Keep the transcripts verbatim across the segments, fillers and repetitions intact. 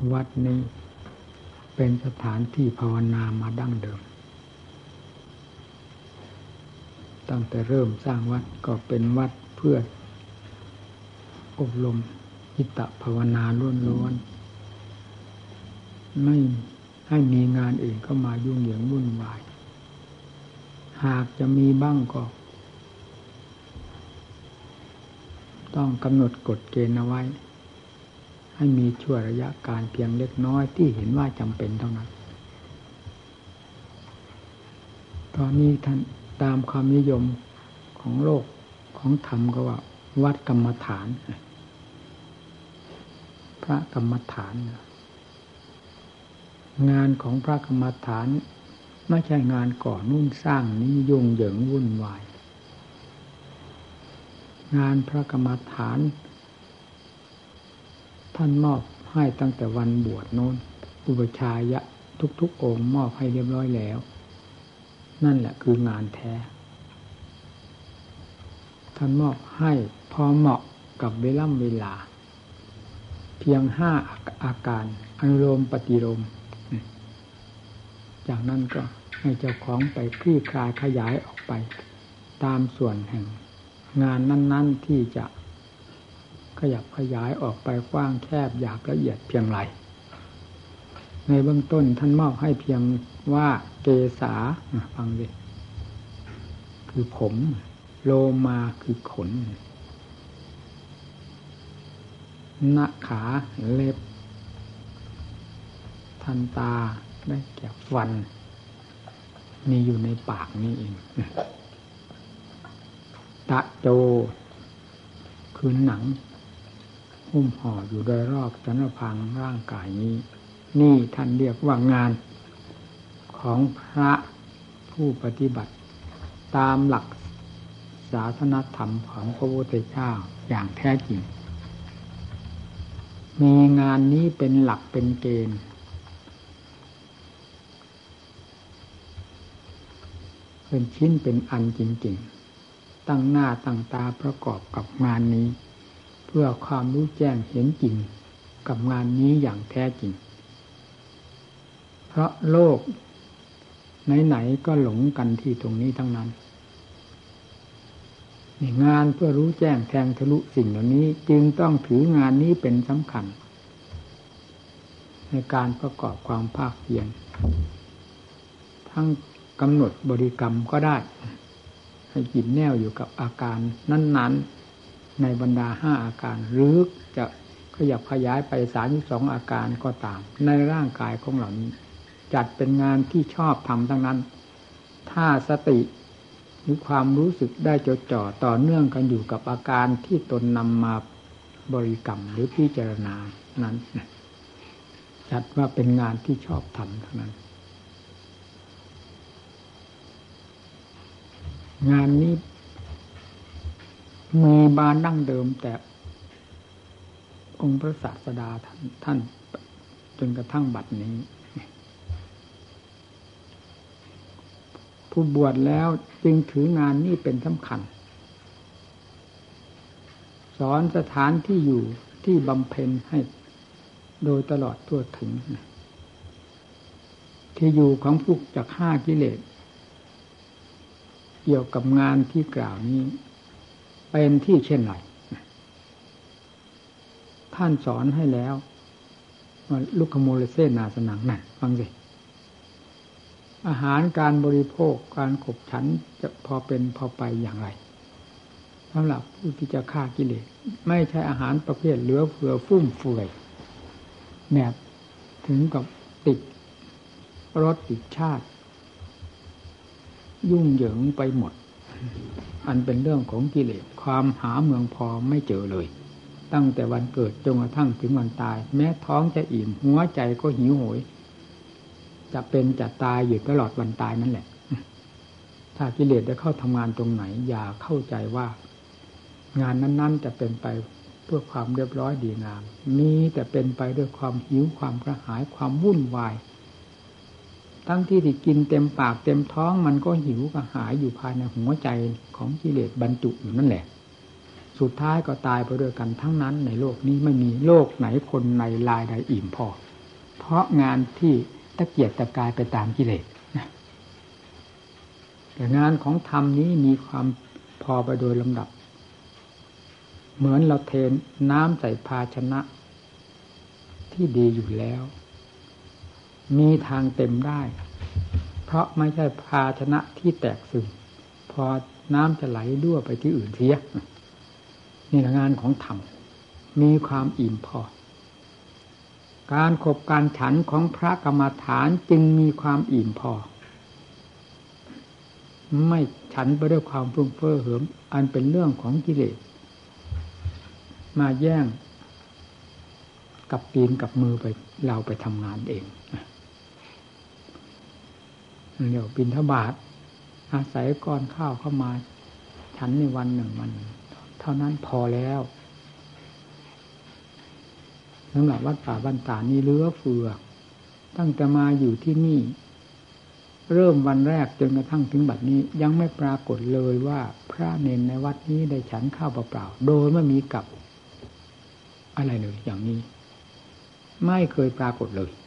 วัดนี้เป็นสถานที่ภาวนามาดั้งเดิมตั้งแต่เริ่มสร้างวัดก็เป็นวัดเพื่ออบรมจิตภาวนาล้วนๆไม่ให้มีงานอื่นเข้ามายุ่งเหยิงวุ่นวายหากจะมีบ้างก็ต้องกำหนดกฎเกณฑ์เอาไว้ให้มีช่วงระยะการเพียงเล็กน้อยที่เห็นว่าจำเป็นเท่านั้นตอนนี้ท่านตามความนิยมของโลกของธรรมก็ว่าวัดกรรมฐานพระกรรมฐานงานของพระกรรมฐานไม่ใช่งานก่อนู่นสร้างนี้ยุ่งเหยิงวุ่นวายงานพระกรรมฐานท่านมอบให้ตั้งแต่วันบวชโน้นอุปชายะทุกๆองค์มอบให้เรียบร้อยแล้วนั่นแหละคืองานแท้ท่านมอบให้พอเหมาะกับเวลาเวลาเพียงห้าอาการอนุโลมปฏิโลมจากนั้นก็ให้เจ้าของไปคลี่คลายขยายออกไปตามส่วนแห่งงานนั้นๆที่จะขยับขยายออกไปกว้างแคบอยากละเอียดเพียงไรในเบื้องต้นท่านมอบให้เพียงว่าเกษาฟังดิคือผมโลมาคือขนหน้าขาเล็บทันตาได้แก่ฟันมีอยู่ในปากนี่เองตะโจคือหนังหุ้มห่ออยู่โดยรอบจันทพังร่างกายนี้นี่ท่านเรียกว่างานของพระผู้ปฏิบัติตามหลักศาสนธรรมของพระพุทธเจ้าอย่างแท้จริงมีงานนี้เป็นหลักเป็นเกณฑ์เป็นชิ้นเป็นอันจริงๆตั้งหน้าตั้งตาประกอบกับงานนี้เพื่อความรู้แจ้งเห็นจริงกับงานนี้อย่างแท้จริงเพราะโลกไหนๆก็หลงกันที่ตรงนี้ทั้งนั้นงานเพื่อรู้แจ้งแทงทะลุสิ่งเหล่านี้จึงต้องถืองานนี้เป็นสำคัญในการประกอบความภาคเพียรทั้งกำหนดบริกรรมก็ได้ให้จิตแน่วอยู่กับอาการนั้นๆในบรรดาห้าอาการหรือจะขยับขยายไปสามสิบสองอาการก็ตามในร่างกายของเหล่านี้จัดเป็นงานที่ชอบทำทั้งนั้นถ้าสติหรือความรู้สึกได้จดจ่อต่อเนื่องกันอยู่กับอาการที่ตนนำมาบริกรรมหรือพิจารณานั้นจัดว่าเป็นงานที่ชอบทำทั้งนั้นงานนี้มีบานดั้งเดิมแต่องค์พระศาสดาท่านท่านจนกระทั่งบัดนี้ผู้บวชแล้วจึงถืองานนี้เป็นสำคัญสอนสถานที่อยู่ที่บำเพ็ญให้โดยตลอดทั่วถึงที่อยู่ของผู้จากห้ากิเลสเกี่ยวกับงานที่กล่าวนี้เป็นที่เช่นไรท่านสอนให้แล้วลุกขโมลเสนาสนังนั่นฟังสิอาหารการบริโภคการขบฉันจะพอเป็นพอไปอย่างไรสำหรับผู้ที่จะฆ่ากิเลสไม่ใช่อาหารประเภทเหลือเฟือฟุ่มเฟือยแบบถึงกับติดรสติดชาติยุ่งเหยิงไปหมดอันเป็นเรื่องของกิเลสความหาเมืองพอไม่เจอเลยตั้งแต่วันเกิดจนกระทั่งถึงวันตายแม้ท้องจะอิ่มหัวใจก็หิวโหยจะเป็นจะตายอยู่ตลอดวันตายนั่นแหละถ้ากิเลสได้เข้าทำงานตรงไหนอย่าเข้าใจว่างานนั้นๆจะเป็นไปเพื่อความเรียบร้อยดีงามมีแต่เป็นไปด้วยความหิวความกระหายความวุ่นวายทั้งที่ที่กินเต็มปากเต็มท้องมันก็หิวกระหายอยู่ภายในหัวใจของกิเลสบรรจุอยู่นั่นแหละสุดท้ายก็ตายไปด้วยกันทั้งนั้นในโลกนี้ไม่มีโลกไหนคนในลายใดอิ่มพอเพราะงานที่ตะเกียกตะกายไปตามกิเลสแต่งานของธรรมนี้มีความพอไปโดยลำดับเหมือนเราเทน้ำใส่ภาชนะที่ดีอยู่แล้วมีทางเต็มได้เพราะไม่ใช่ภาชนะที่แตกซึมพอน้ำจะไหลรั่วไปที่อื่นเสียนี่งานของธรรมมีความอิ่มพอการขบการฉันของพระกรรมฐานจึงมีความอิ่มพอไม่ฉันไปด้วยความฟุ้งเฟ้อเหิมอันเป็นเรื่องของกิเลสมาแย่งกับตีนกับมือไปเราไปทำงานเองเดี๋ยวบิณฑบาตอาศัยก้อนข้าวเข้ามาฉันในวันหนึ่งวันเท่านั้นพอแล้วสำหรับวัดป่าบ้านตานี่เหลือเฟือตั้งแต่มาอยู่ที่นี่เริ่มวันแรกจนกระทั่งถึงบัดนี้ยังไม่ปรากฏเลยว่าพระเนนในวัดนี้ได้ฉันข้าวเปล่าๆโดยไม่มีกับอะไรเลยอย่างนี้ไม่เคยปรากฏเลย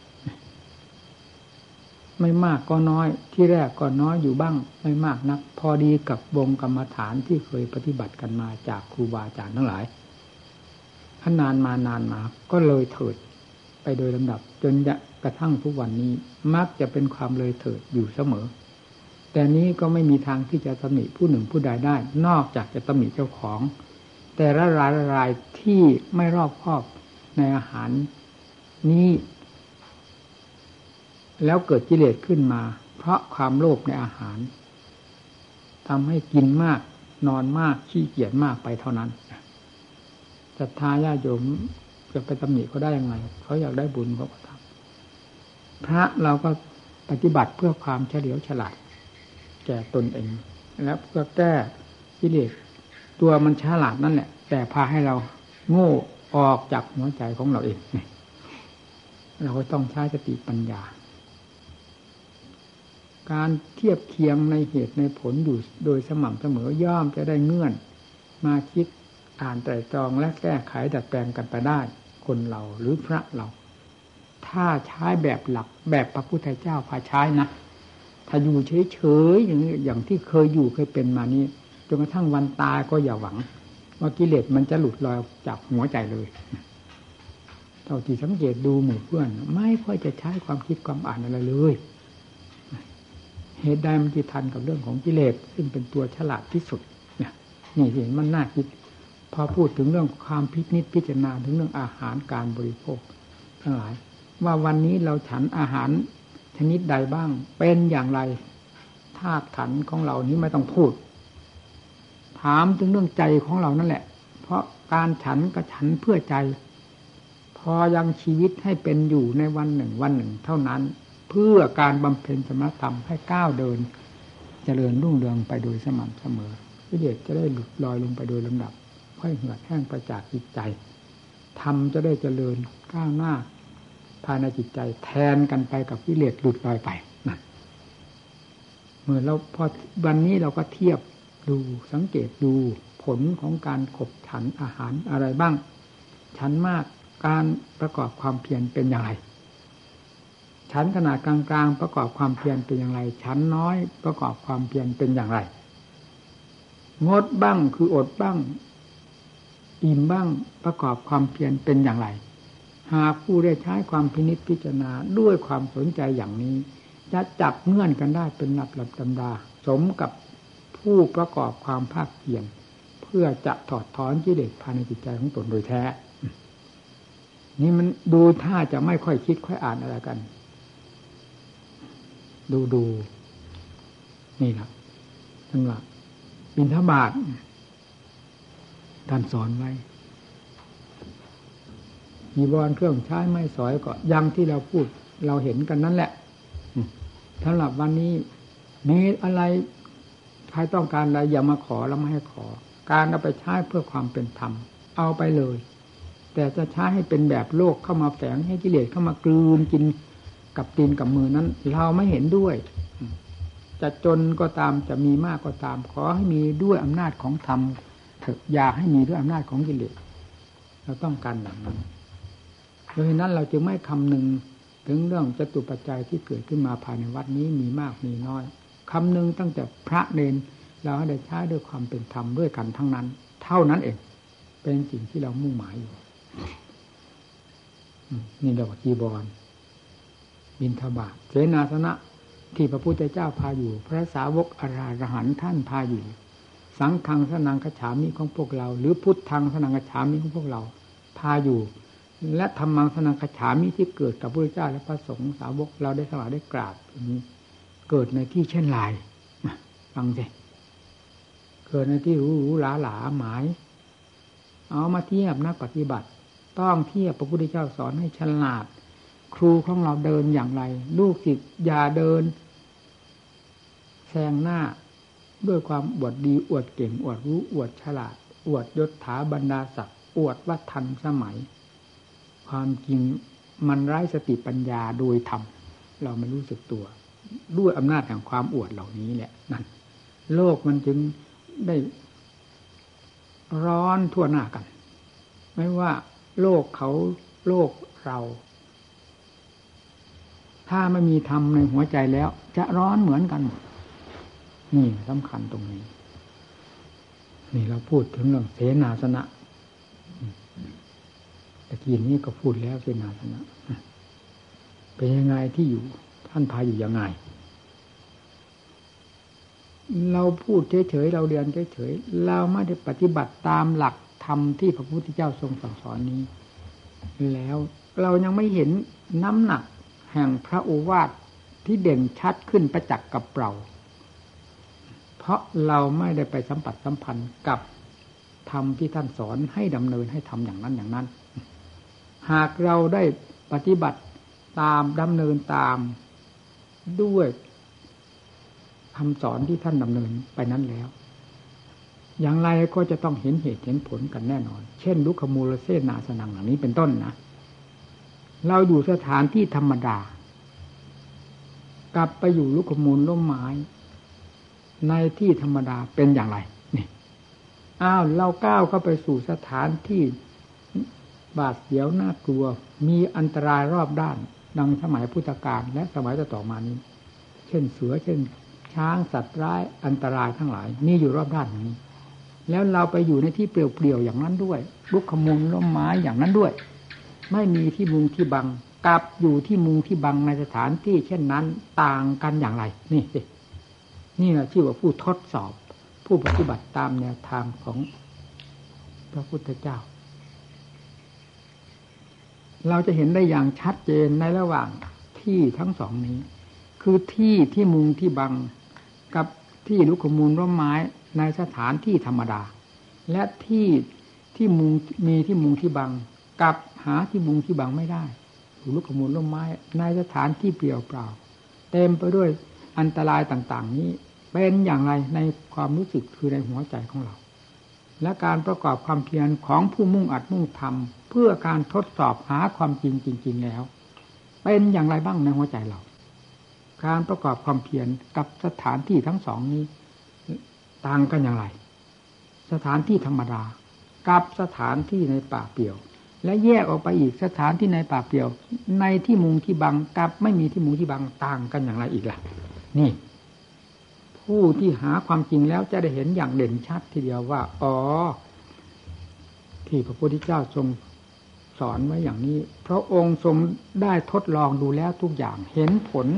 ไม่มากก็น้อยที่แรกก็น้อยอยู่บ้างไม่มากนักพอดีกับวงกรรมฐานที่เคยปฏิบัติกันมาจากครูบาอาจารย์ทั้งหลายถ้านานมานานมาก็เลยเถิดไปโดยลำดับจนกระทั่งทุกวันนี้มักจะเป็นความเลยเถิดอยู่เสมอแต่นี้ก็ไม่มีทางที่จะตำหนิผู้หนึ่งผู้ใดได้นอกจากจะตำหนิเจ้าของแต่ละรายละรายที่ไม่รอบคอบในอาหารนี้แล้วเกิดกิเลสขึ้นมาเพราะความโลภในอาหารทำให้กินมากนอนมากขี้เกียจมากไปเท่านั้นศรัทธาญาติโยมจะไปตำหนิเขาได้ยังไงเขาอยากได้บุญเขาก็ทำพระเราก็ปฏิบัติเพื่อความเฉลียวฉลาดแก่ตนเองและเพื่อแก้กิเลสตัวมันฉลาดนั่นแหละแต่พาให้เราโง่ออกจากหัวใจของเราเองเราก็ต้องใช้สติปัญญาการเทียบเคียงในเหตุในผลอยู่โดยสม่ำเสมอย่อมจะได้เงื่อนมาคิดอ่านไตร่ตรองและแก้ไขดัดแปลงกันไปได้คนเราหรือพระเราถ้าใช้แบบหลักแบบพระพุทธเจ้าพาใช้นะถ้าอยู่เฉยๆอย่างอย่างที่เคยอยู่เคยเป็นมานี้จนกระทั่งวันตายก็อย่าหวังว่ากิเลสมันจะหลุดลอยจากหัวใจเลยเท่าที่สังเกตดูหมู่เพื่อนไม่ค่อยจะใช้ความคิดความอ่านอะไรเลยเหตุใดมันจะทันกับเรื่องของกิเลสซึ่งเป็นตัวฉลาดที่สุดเนี่ยนี่เห็นมันน่าคิดพอพูดถึงเรื่องความพิจิตรพิจารณาถึงเรื่องอาหารการบริโภคทั้งหลายว่าวันนี้เราฉันอาหารชนิดใดบ้างเป็นอย่างไรธาตุขันธ์ของเรานี้ไม่ต้องพูดถามถึงเรื่องใจของเรานั่นแหละเพราะการฉันก็ฉันเพื่อใจพอยังชีวิตให้เป็นอยู่ในวันหนึ่งวันหนึ่งเท่านั้นเพื่อการบำเพ็ญสมณธรรมให้ก้าวเดินเจริญรุ่งเรืองไปโดยสม่ำเสมอกิเลสจะได้หลุดลอยลงไปโดยลำดับค่อยเหือดแห้งไปจากจิตใจธรรมจะได้เจริญก้าวหน้าภายในจิตใจแทนกันไปกับกิเลสหลุดลอยไปนั่นเมื่อเราพอวันนี้เราก็เทียบดูสังเกตดูผลของการขบฉันอาหารอะไรบ้างฉันมากการประกอบความเพียรเป็นอย่างไรฉันขนาดกลางๆประกอบความเพียรเป็นอย่างไรฉันน้อยประกอบความเพียรเป็นอย่างไรงดบ้างคืออดบ้างอิ่มบ้างประกอบความเพียรเป็นอย่างไรหากผู้ได้ใช้ความพินิจพิจารณาด้วยความสนใจอย่างนี้จะจับเงื่อนกันได้เป็นหลับหลับตำดาสมกับผู้ประกอบความภาคเพียรเพื่อจะถอดถอนกิเลสภายในจิตใจของตนโดยแท้นี่มันดูถ้าจะไม่ค่อยคิดค่อยอ่านอะไรกันดูดูนี่นะทั้งหลักบิณฑบาตท่านสอนไว้จีวรเครื่องใช้ไม้สอยก็ยังที่เราพูดเราเห็นกันนั่นแหละสำหรับวันนี้มีอะไรใครต้องการอะไรอย่ามาขอแล้วไม่ให้ขอการเอาไปใช้เพื่อความเป็นธรรมเอาไปเลยแต่จะใช้ให้เป็นแบบโลกเข้ามาแฝงให้กิเลสเข้ามากลืนกินกับตีนกับมือนั้นเราไม่เห็นด้วยจะจนก็ตามจะมีมากก็ตามขอให้มีด้วยอำนาจของธรรมเถอะอย่าให้มีด้วยอำนาจของกิเลสเราต้องการอย่างนั้นโดยนั้นเราจึงไม่คำนึงถึงเรื่องจตุปัจจัยที่เกิดขึ้นมาภายในวัดนี้มีมากมีน้อยคำหนึ่งตั้งแต่พระเนรเราให้ได้ใช้ด้วยความเป็นธรรมด้วยกันทั้งนั้นเท่านั้นเองเป็นสิ่งที่เรามุ่งหมายอยู่นี่เรียกว่าจีวรบิณฑบาตเสนาสนะที่พระพุทธเจ้าพาอยู่พระสาวกอรหันต์ท่านพาอยู่สังฆังสนังคัจฉามิของพวกเราหรือพุทธังสนังคัจฉามิของพวกเราพาอยู่และธรรมังสนังคัจฉามิที่เกิดกับพระพุทธเจ้าและพระสงฆ์สาวกเราได้สละได้กราบนี้เกิดในที่เช่นไรฟังสิเกิดในที่หรูหรูหราหราหมายเอามาเทียบนักปฏิบัติต้องเทียบพระพุทธเจ้าสอนให้ฉลาดครูของเราเดินอย่างไรลูกศิษย์อย่าเดินแซงหน้าด้วยความอวดดีอวดเก่งอวดรู้อวดฉลาดอวดยศถาบรรดาศักดิ์อวดว่าทันสมัยความจริงมันไร้สติปัญญาโดยธรรมเราไม่รู้สึกตัวด้วยอำนาจแห่งความอวดเหล่านี้แหละนั่นโลกมันจึงได้ร้อนทั่วหน้ากันไม่ว่าโลกเขาโลกเราถ้าไม่มีธรรมในหัวใจแล้วจะร้อนเหมือนกันนี่สำคัญตรงนี้นี่เราพูดถึงเรื่องเสนาสนะตะกี้นี้ก็พูดแล้วเสนาสนะเป็นยังไงที่อยู่ท่านพาอยู่ยังไงเราพูดเฉยๆเราเรียนเฉยๆเราไม่ได้ปฏิบัติตามหลักธรรมที่พระพุทธเจ้าทรงสั่งสอนนี้แล้วเรายังไม่เห็นน้ำหนักแห่งพระโอวาทที่เด่นชัดขึ้นประจักษ์กับเราเพราะเราไม่ได้ไปสัมผัสสัมพันธ์กับธรรมที่ท่านสอนให้ดำเนินให้ทำอย่างนั้นอย่างนั้นหากเราได้ปฏิบัติตามดำเนินตามด้วยคำสอนที่ท่านดำเนินไปนั้นแล้วอย่างไรก็จะต้องเห็นเหตุเห็นผลกันแน่นอนเช่นลุคมูลเสนาสนังเหล่านี้เป็นต้นนะเราอยู่สถานที่ธรรมดากลับไปอยู่ลุคมูลร่มไม้ในที่ธรรมดาเป็นอย่างไรนี่อ้าวเราก้าวเข้าไปสู่สถานที่บาดเสียวน่ากลัวมีอันตรายรอบด้านดังสมัยพุทธกาลและสมัยต่อมานี้เช่นเสือเช่นช้างสัตว์ร้ายอันตรายทั้งหลายมีอยู่รอบด้านนี้แล้วเราไปอยู่ในที่เปลี่ยวๆอย่างนั้นด้วยลุกขมูลร่มไม้อย่างนั้นด้วยไม่มีที่มุงที่บังกับอยู่ที่มุงที่บังในสถานที่เช่นนั้นต่างกันอย่างไรนี่สินี่แหละชื่อว่าผู้ทดสอบผู้ปฏิบัติตามแนวทางของพระพุทธเจ้าเราจะเห็นได้อย่างชัดเจนในระหว่างที่ทั้งสองนี้คือที่ที่มุงที่บังกับที่ลุกขมูลร่มไม้ในสถานที่ธรรมดาและที่ที่มุงมีที่มุงที่บังกับหาที่มุงที่บังไม่ได้ลุกขมูลร่มไม้ในสถานที่เปลี่ยวเปล่าเต็มไปด้วยอันตรายต่างๆนี้เป็นอย่างไรในความรู้สึกคือในหัวใจของเราและการประกอบความเพียรของผู้มุ่งอัดมุ่งทำเพื่อการทดสอบหาความจริงจริงๆแล้วเป็นอย่างไรบ้างในหัวใจเราการประกอบความเพียรกับสถานที่ทั้งสองนี้ต่างกันอย่างไรสถานที่ธรรมดากับสถานที่ในป่าเปี่ยวและแยกออกไปอีกสถานที่ในป่าเปี่ยวในที่มุงที่บังกับไม่มีที่มุงที่บังต่างกันอย่างไรอีกล่ะนี่ผู้ที่หาความจริงแล้วจะได้เห็นอย่างเด่นชัดทีเดียวว่าอ๋อที่พระพุทธเจ้าทรงสอนไว้อย่างนี้พระองค์ทรงได้ทดลองดูแล้วทุกอย่างเห็นผล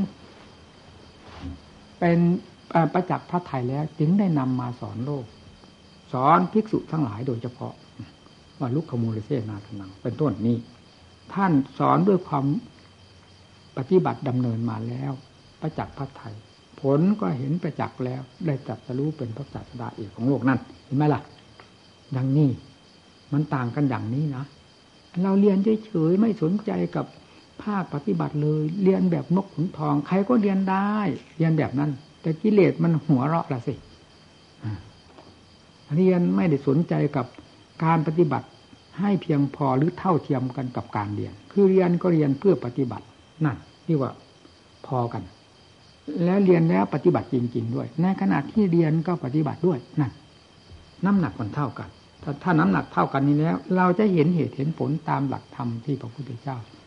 เป็นประจักษ์พระทัยแล้วจึงได้นำมาสอนโลกสอนภิกษุทั้งหลายโดยเฉพาะว่าลุกขมูลเสนาสนังเป็นต้นนี้ท่านสอนด้วยความปฏิบัติดำเนินมาแล้วประจักษ์พระทัยผลก็เห็นประจักษ์แล้วได้ตรัสรู้เป็นพระศาสดาเอกของโลกนั่นเห็นไหมล่ะดังนี้มันต่างกันอย่างนี้นะเราเรียนเฉยๆไม่สนใจกับภาคปฏิบัติเลยเรียนแบบนกขุนทองใครก็เรียนได้เรียนแบบนั้นแต่กิเลสมันหัวเราะละสิเรียนไม่ได้สนใจกับการปฏิบัติให้เพียงพอหรือเท่าเทียมกันกับการเรียนคือเรียนก็เรียนเพื่อปฏิบัตินั่นที่ว่าพอกันแล้วเรียนแล้วปฏิบัติจริงๆด้วยในขณะที่เรียนก็ปฏิบัติด้วยนั่นน้ำหนักมันเท่ากันถ้าถ้าน้ำหนักเท่ากันนี้แล้วเราจะเห็นเหตุเห็นผลตามหลักธรรมที่พระพุทธเจ้า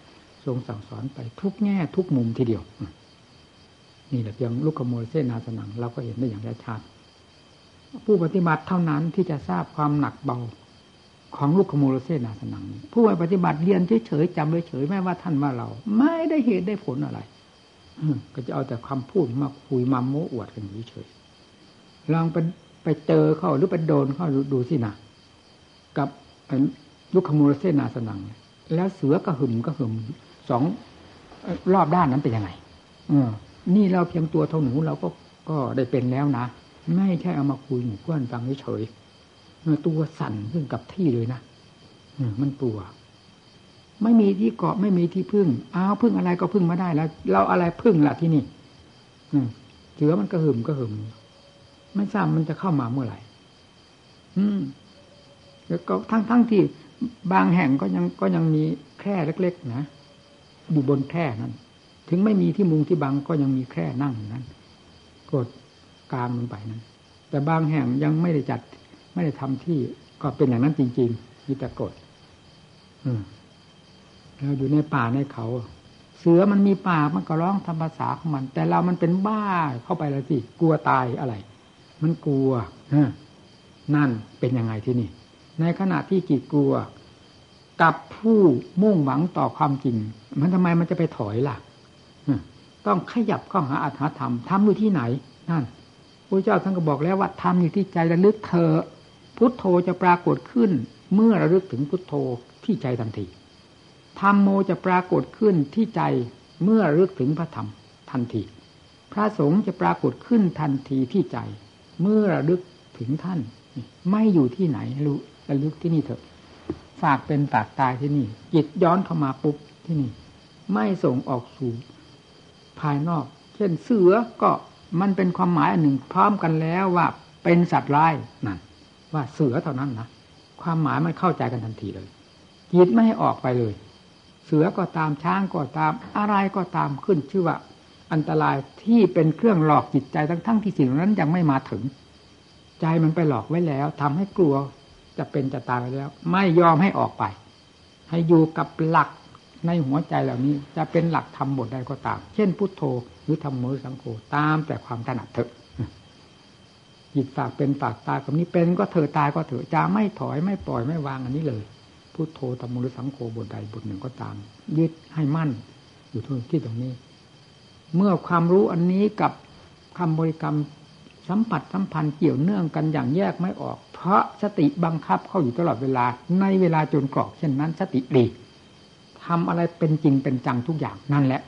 ทรงสั่งสอนไปทุกแง่ทุกมุมทีเดียวนี่แหละเพียงลูกขโมยเส้นนาสนังเราก็เห็นได้อย่างชัดผู้ปฏิบัติเท่านั้นที่จะทราบความหนักเบาของลูกขโมยเส้นนาสนังผู้ปฏิบัติเรียนเฉยๆจำเฉยๆไม่ว่าท่านว่าเราไม่ได้เหตุได้ผลอะไรก็จะเอาแต่คำพูดมาคุยมาโม้อวดกันเฉยๆลองไปไปเจอเข้าหรือไปโดนเข้าดูสินะกับลูกขโมยเส้นนาสนังแล้วเสือกระหึ่มกระหึ่มสองรอบด้านนั้นเป็นยังไงเออนี่เราเพียงตัวเท่าหนูเราก็ก็ได้เป็นแล้วนะไม่ใช่เอามาคุยหมู่เพื่อนฟังเฉยๆตัวสั่นขึ้นกับที่เลยนะมันกลัวไม่มีที่เกาะไม่มีที่พึ่งอ้าวพึ่งอะไรก็พึ่งมาได้แล้วเราอะไรพึ่งล่ะที่นี่เสือมันกระหึ่มกระหึ่มไม่ทราบมันจะเข้ามาเมื่อไหร่อืมแล้วก็ทั้งทั้งที่บางแห่งก็ยังก็ยังมีแคร่เล็กๆนะอยู่บนแคร่นั้นถึงไม่มีที่มุงที่บังก็ยังมีแคร่นั่งนั้นกดกลางลงไปนั้นแต่บางแห่งยังไม่ได้จัดไม่ได้ทำที่ก็เป็นอย่างนั้นจริงๆมีแต่กดอืมเราอยู่ในป่าในเขาเสือมันมีป่ามันก็ร้องทำภาษาของมันแต่เรามันเป็นบ้าเข้าไปแล้วสิกลัวตายอะไรมันกลัวนั่นเป็นยังไงที่นี่ในขณะที่จิตกลัวกับผู้มุ่งหวังต่อความจริงมันทำไมมันจะไปถอยล่ะต้องขยับเข้าหาอรรถธรรมธรรมอยู่ที่ไหนนั่นพระเจ้าท่านก็บอกแล้วว่าธรรมอยู่ที่ใจระลึกเธอพุทโธจะปรากฏขึ้นเมื่อระลึกถึงพุทโธที่ใจทันทีธรรมโมจะปรากฏขึ้นที่ใจเมื่อระลึกถึงพระธรรมทันทีพระสงฆ์จะปรากฏขึ้นทันทีที่ใจเมื่อระลึกถึงท่านไม่อยู่ที่ไหนรู้ระลึกที่นี่เถอะฝากเป็นฝากตายที่นี่จิตย้อนเข้ามาปุ๊บที่นี่ไม่ส่งออกสู่ภายนอกเช่นเสือก็มันเป็นความหมายอันหนึ่งพร้อมกันแล้วว่าเป็นสัตว์ร้ายนั่นว่าเสือเท่านั้นนะความหมายมันเข้าใจกันทันทีเลยจิตไม่ให้ออกไปเลยเสือก็ตามช้างก็ตามอะไรก็ตามขึ้นชื่อว่าอันตรายที่เป็นเครื่องหลอกจิตใจทั้งทั้งที่สิ่งนั้นยังไม่มาถึงใจมันไปหลอกไว้แล้วทำให้กลัวจะเป็นจะตายไปแล้วไม่ยอมให้ออกไปให้อยู่กับหลักในหัวใจเหล่านี้จะเป็นหลักธรรมบทใดก็ตามเช่นพุทโธหรือธรรมโมสังโฆตามแต่ความถนัดเถอะจิตฝากเป็นฝากตายกับนี้เป็นก็เถอะตายก็เถอะจะไม่ถอยไม่ปล่อยไม่วางอันนี้เลยพุทโธธรรมโมหรือสังโฆบทใดบทหนึ่งก็ตามยึดให้มั่นอยู่ที่ตรงนี้เมื่อความรู้อันนี้กับคำบริกรรมสัมผัสสัมพันธ์เกี่ยวเนื่องกันอย่างแยกไม่ออกเพราะสติบังคับเข้าอยู่ตลอดเวลาในเวลาจนกรอกเช่นนั้นสติดีทำอะไรเป็นจริงเป็นจังทุกอย่างนั่นแหละ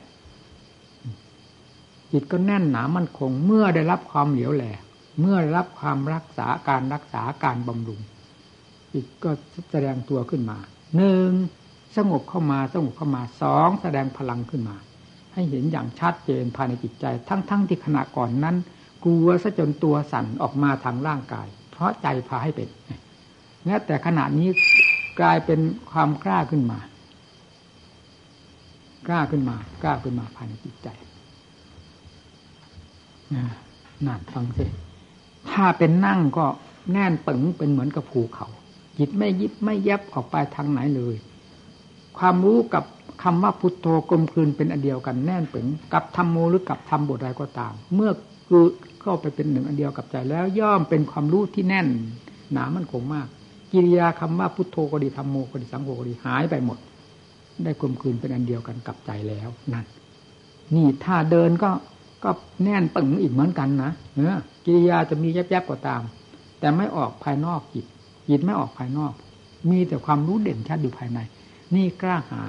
จิตก็แน่นหนามั่นคงเมื่อได้รับความเหลียวแหลเมื่อได้รับความรักษาการรักษาการบำรุงจิตก็แสดงตัวขึ้นมาหนึ่งสงบเข้ามาสงบเข้ามาสองแสดงพลังขึ้นมาให้เห็นอย่างชัดเจนภายในจิตใจทั้งๆที่ขณะก่อนนั้นกลัวซะจนตัวสั่นออกมาทางร่างกายเพราะใจพาให้เป็นแม้แต่ขณะนี้กลายเป็นความกล้าขึ้นมากล้าขึ้นมากล้าขึ้นมาภายในจิตใจนั่นฟังสิถ้าเป็นนั่งก็แน่นปึงเป็นเหมือนกับภูเขาจิตไม่ยิบไม่แยบออกไปทางไหนเลยความรู้กับคำว่าพุทโธกลมกลืนเป็นอันเดียวกันแน่นปึงกับธรรมโมหรือกับธรรมบทใดก็ตามเมื่อคือเข้าไปเป็นหนึ่งอันเดียวกับใจแล้วย่อมเป็นความรู้ที่แน่นหนามั่นคงมากกิริยาคำว่าพุทโธก็ดีธรรมโมก็ดีสังโฆก็ดีหายไปหมดได้กลมกลืนเป็นอันเดียวกันกับใจแล้วนั่นนี่ถ้าเดินก็ก็แน่นปึงอีกเหมือนกันนะเออกิริยาจะมีแยบๆก็ตามแต่ไม่ออกภายนอกจิตจิตไม่ออกภายนอกมีแต่ความรู้เด่นชัดอยู่ภายในนี่กล้าหาญ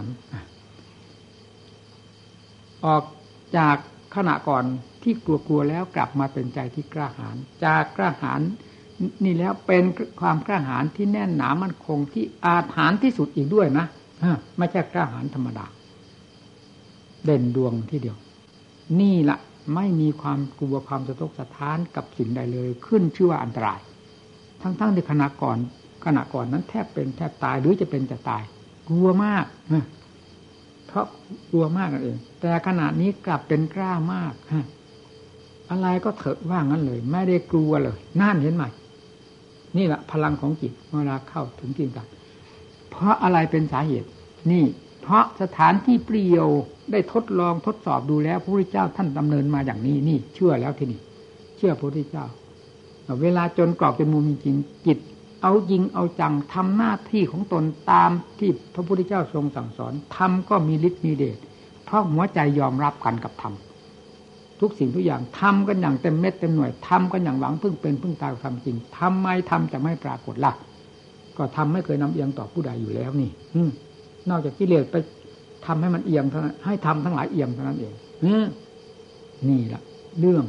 ออกจากขณะก่อนที่กลัวๆแล้วกลับมาเป็นใจที่กล้าหาญจากกล้าหาญนี่แล้วเป็นความกล้าหาญที่แน่นหนามั่นคงที่อาถรรพ์ที่สุดอีกด้วยนะไม่ใช่กล้าหาญธรรมดาเด่นดวงที่เดียวนี่แหละไม่มีความกลัวความสะทกสะท้านกับสิ่งใดเลยขึ้นชื่อว่าอันตรายทั้งๆที่ขณะก่อนขณะก่อนนั้นแทบเป็นแทบตายหรือจะเป็นจะตายกลัวมากเพราะกลัวมากนั่นเองแต่ขณะนี้กลับเป็นกล้ามากอะไรก็เถอะว่างั้นเลยไม่ได้กลัวเลยนั่นเห็นไหมนี่แหละพลังของจิตเวลาเข้าถึงจริงจังเพราะอะไรเป็นสาเหตุนี่ทเพราะสถานที่เปลี่ยวได้ทดลองทดสอบดูแล้วพระพุทธเจ้าท่านดำเนินมาอย่างนี้นี่เชื่อแล้วทีนี้เชื่อพระพุทธเจ้าเวลาจนกรอบจนมุมจริงจิตเอาจริงเอาจังทำหน้าที่ของตนตามที่พระพุทธเจ้าทรงสั่งสอนทำก็มีฤทธิ์มีเดชเพราะหัวใจยอมรับกันกับธรรมทุกสิ่งทุกอย่างทำกันอย่างเต็มเม็ดเต็มหน่วยทำกันอย่างหวังพึ่งเป็นพึ่งตายความจริงทำไมทำจะไม่ปรากฏล่ะก็ทำไม่เคยนำเอียงต่อผู้ใดอยู่แล้วนี่นอกจากกิเลสไปทำให้มันเอียงเท่านั้นให้ทำทั้งหลายเอียงเท่านั้นเองนี่แหละเรื่อง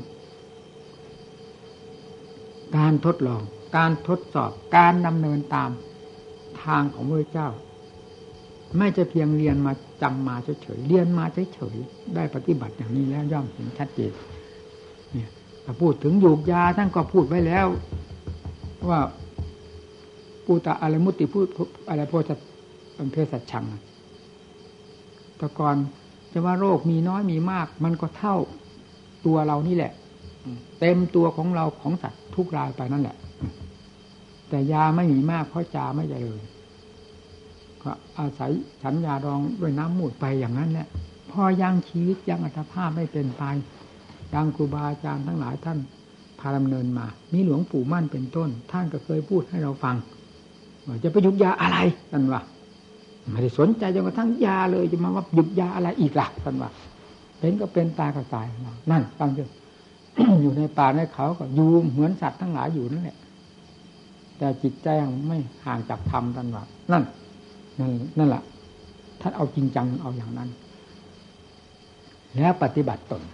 การทดลองการทดสอบการดำเนินตามทางของพระเจ้าไม่จะเพียงเรียนมาจำมาเฉยๆเรียนมาเฉยๆได้ปฏิบัติอย่างนี้แล้วย่อมเห็นชัดเจนเนี่ยถ้าพูดถึงยูกยาท่านก็พูดไว้แล้วว่าปูตะอะไรมุติพูดอะไรโพธิเป็นเพศสัจฉังแต่ก่อนจะว่าโรคมีน้อยมีมากมันก็เท่าตัวเรานี่แหละเต็มตัวของเราของสัตว์ทุกรายไปนั่นแหละแต่ยาไม่มีมากเพราะจาไม่เจริญก็อาศัยฉันยาดองด้วยน้ำมูดไปอย่างนั้นแหละพอยังชีวิตยังอัตภาพไม่เป็นไปดังครูบาอาจารย์ทั้งหลายท่านพาดำเนินมามีหลวงปู่มั่นเป็นต้นท่านก็เคยพูดให้เราฟังว่าจะไปยุบยาอะไรท่านว่าไม่ได้สนใจจนกระทั่งยาเลยจะมาว่ายุบยาอะไรอีกล่ะท่านว่าเป็นก็เป็นตายก็ตายนั่นฟังเถอะ อยู่ในป่าในเขาก็อยู่เหมือนสัตว์ทั้งหลายอยู่นั่นแหละแต่จิตใจไม่ห่างจากธรรมท่านว่านั่นนั่นนั่นแหละท่านเอาจริงจังเอาอย่างนั้นแล้วปฏิบัติตน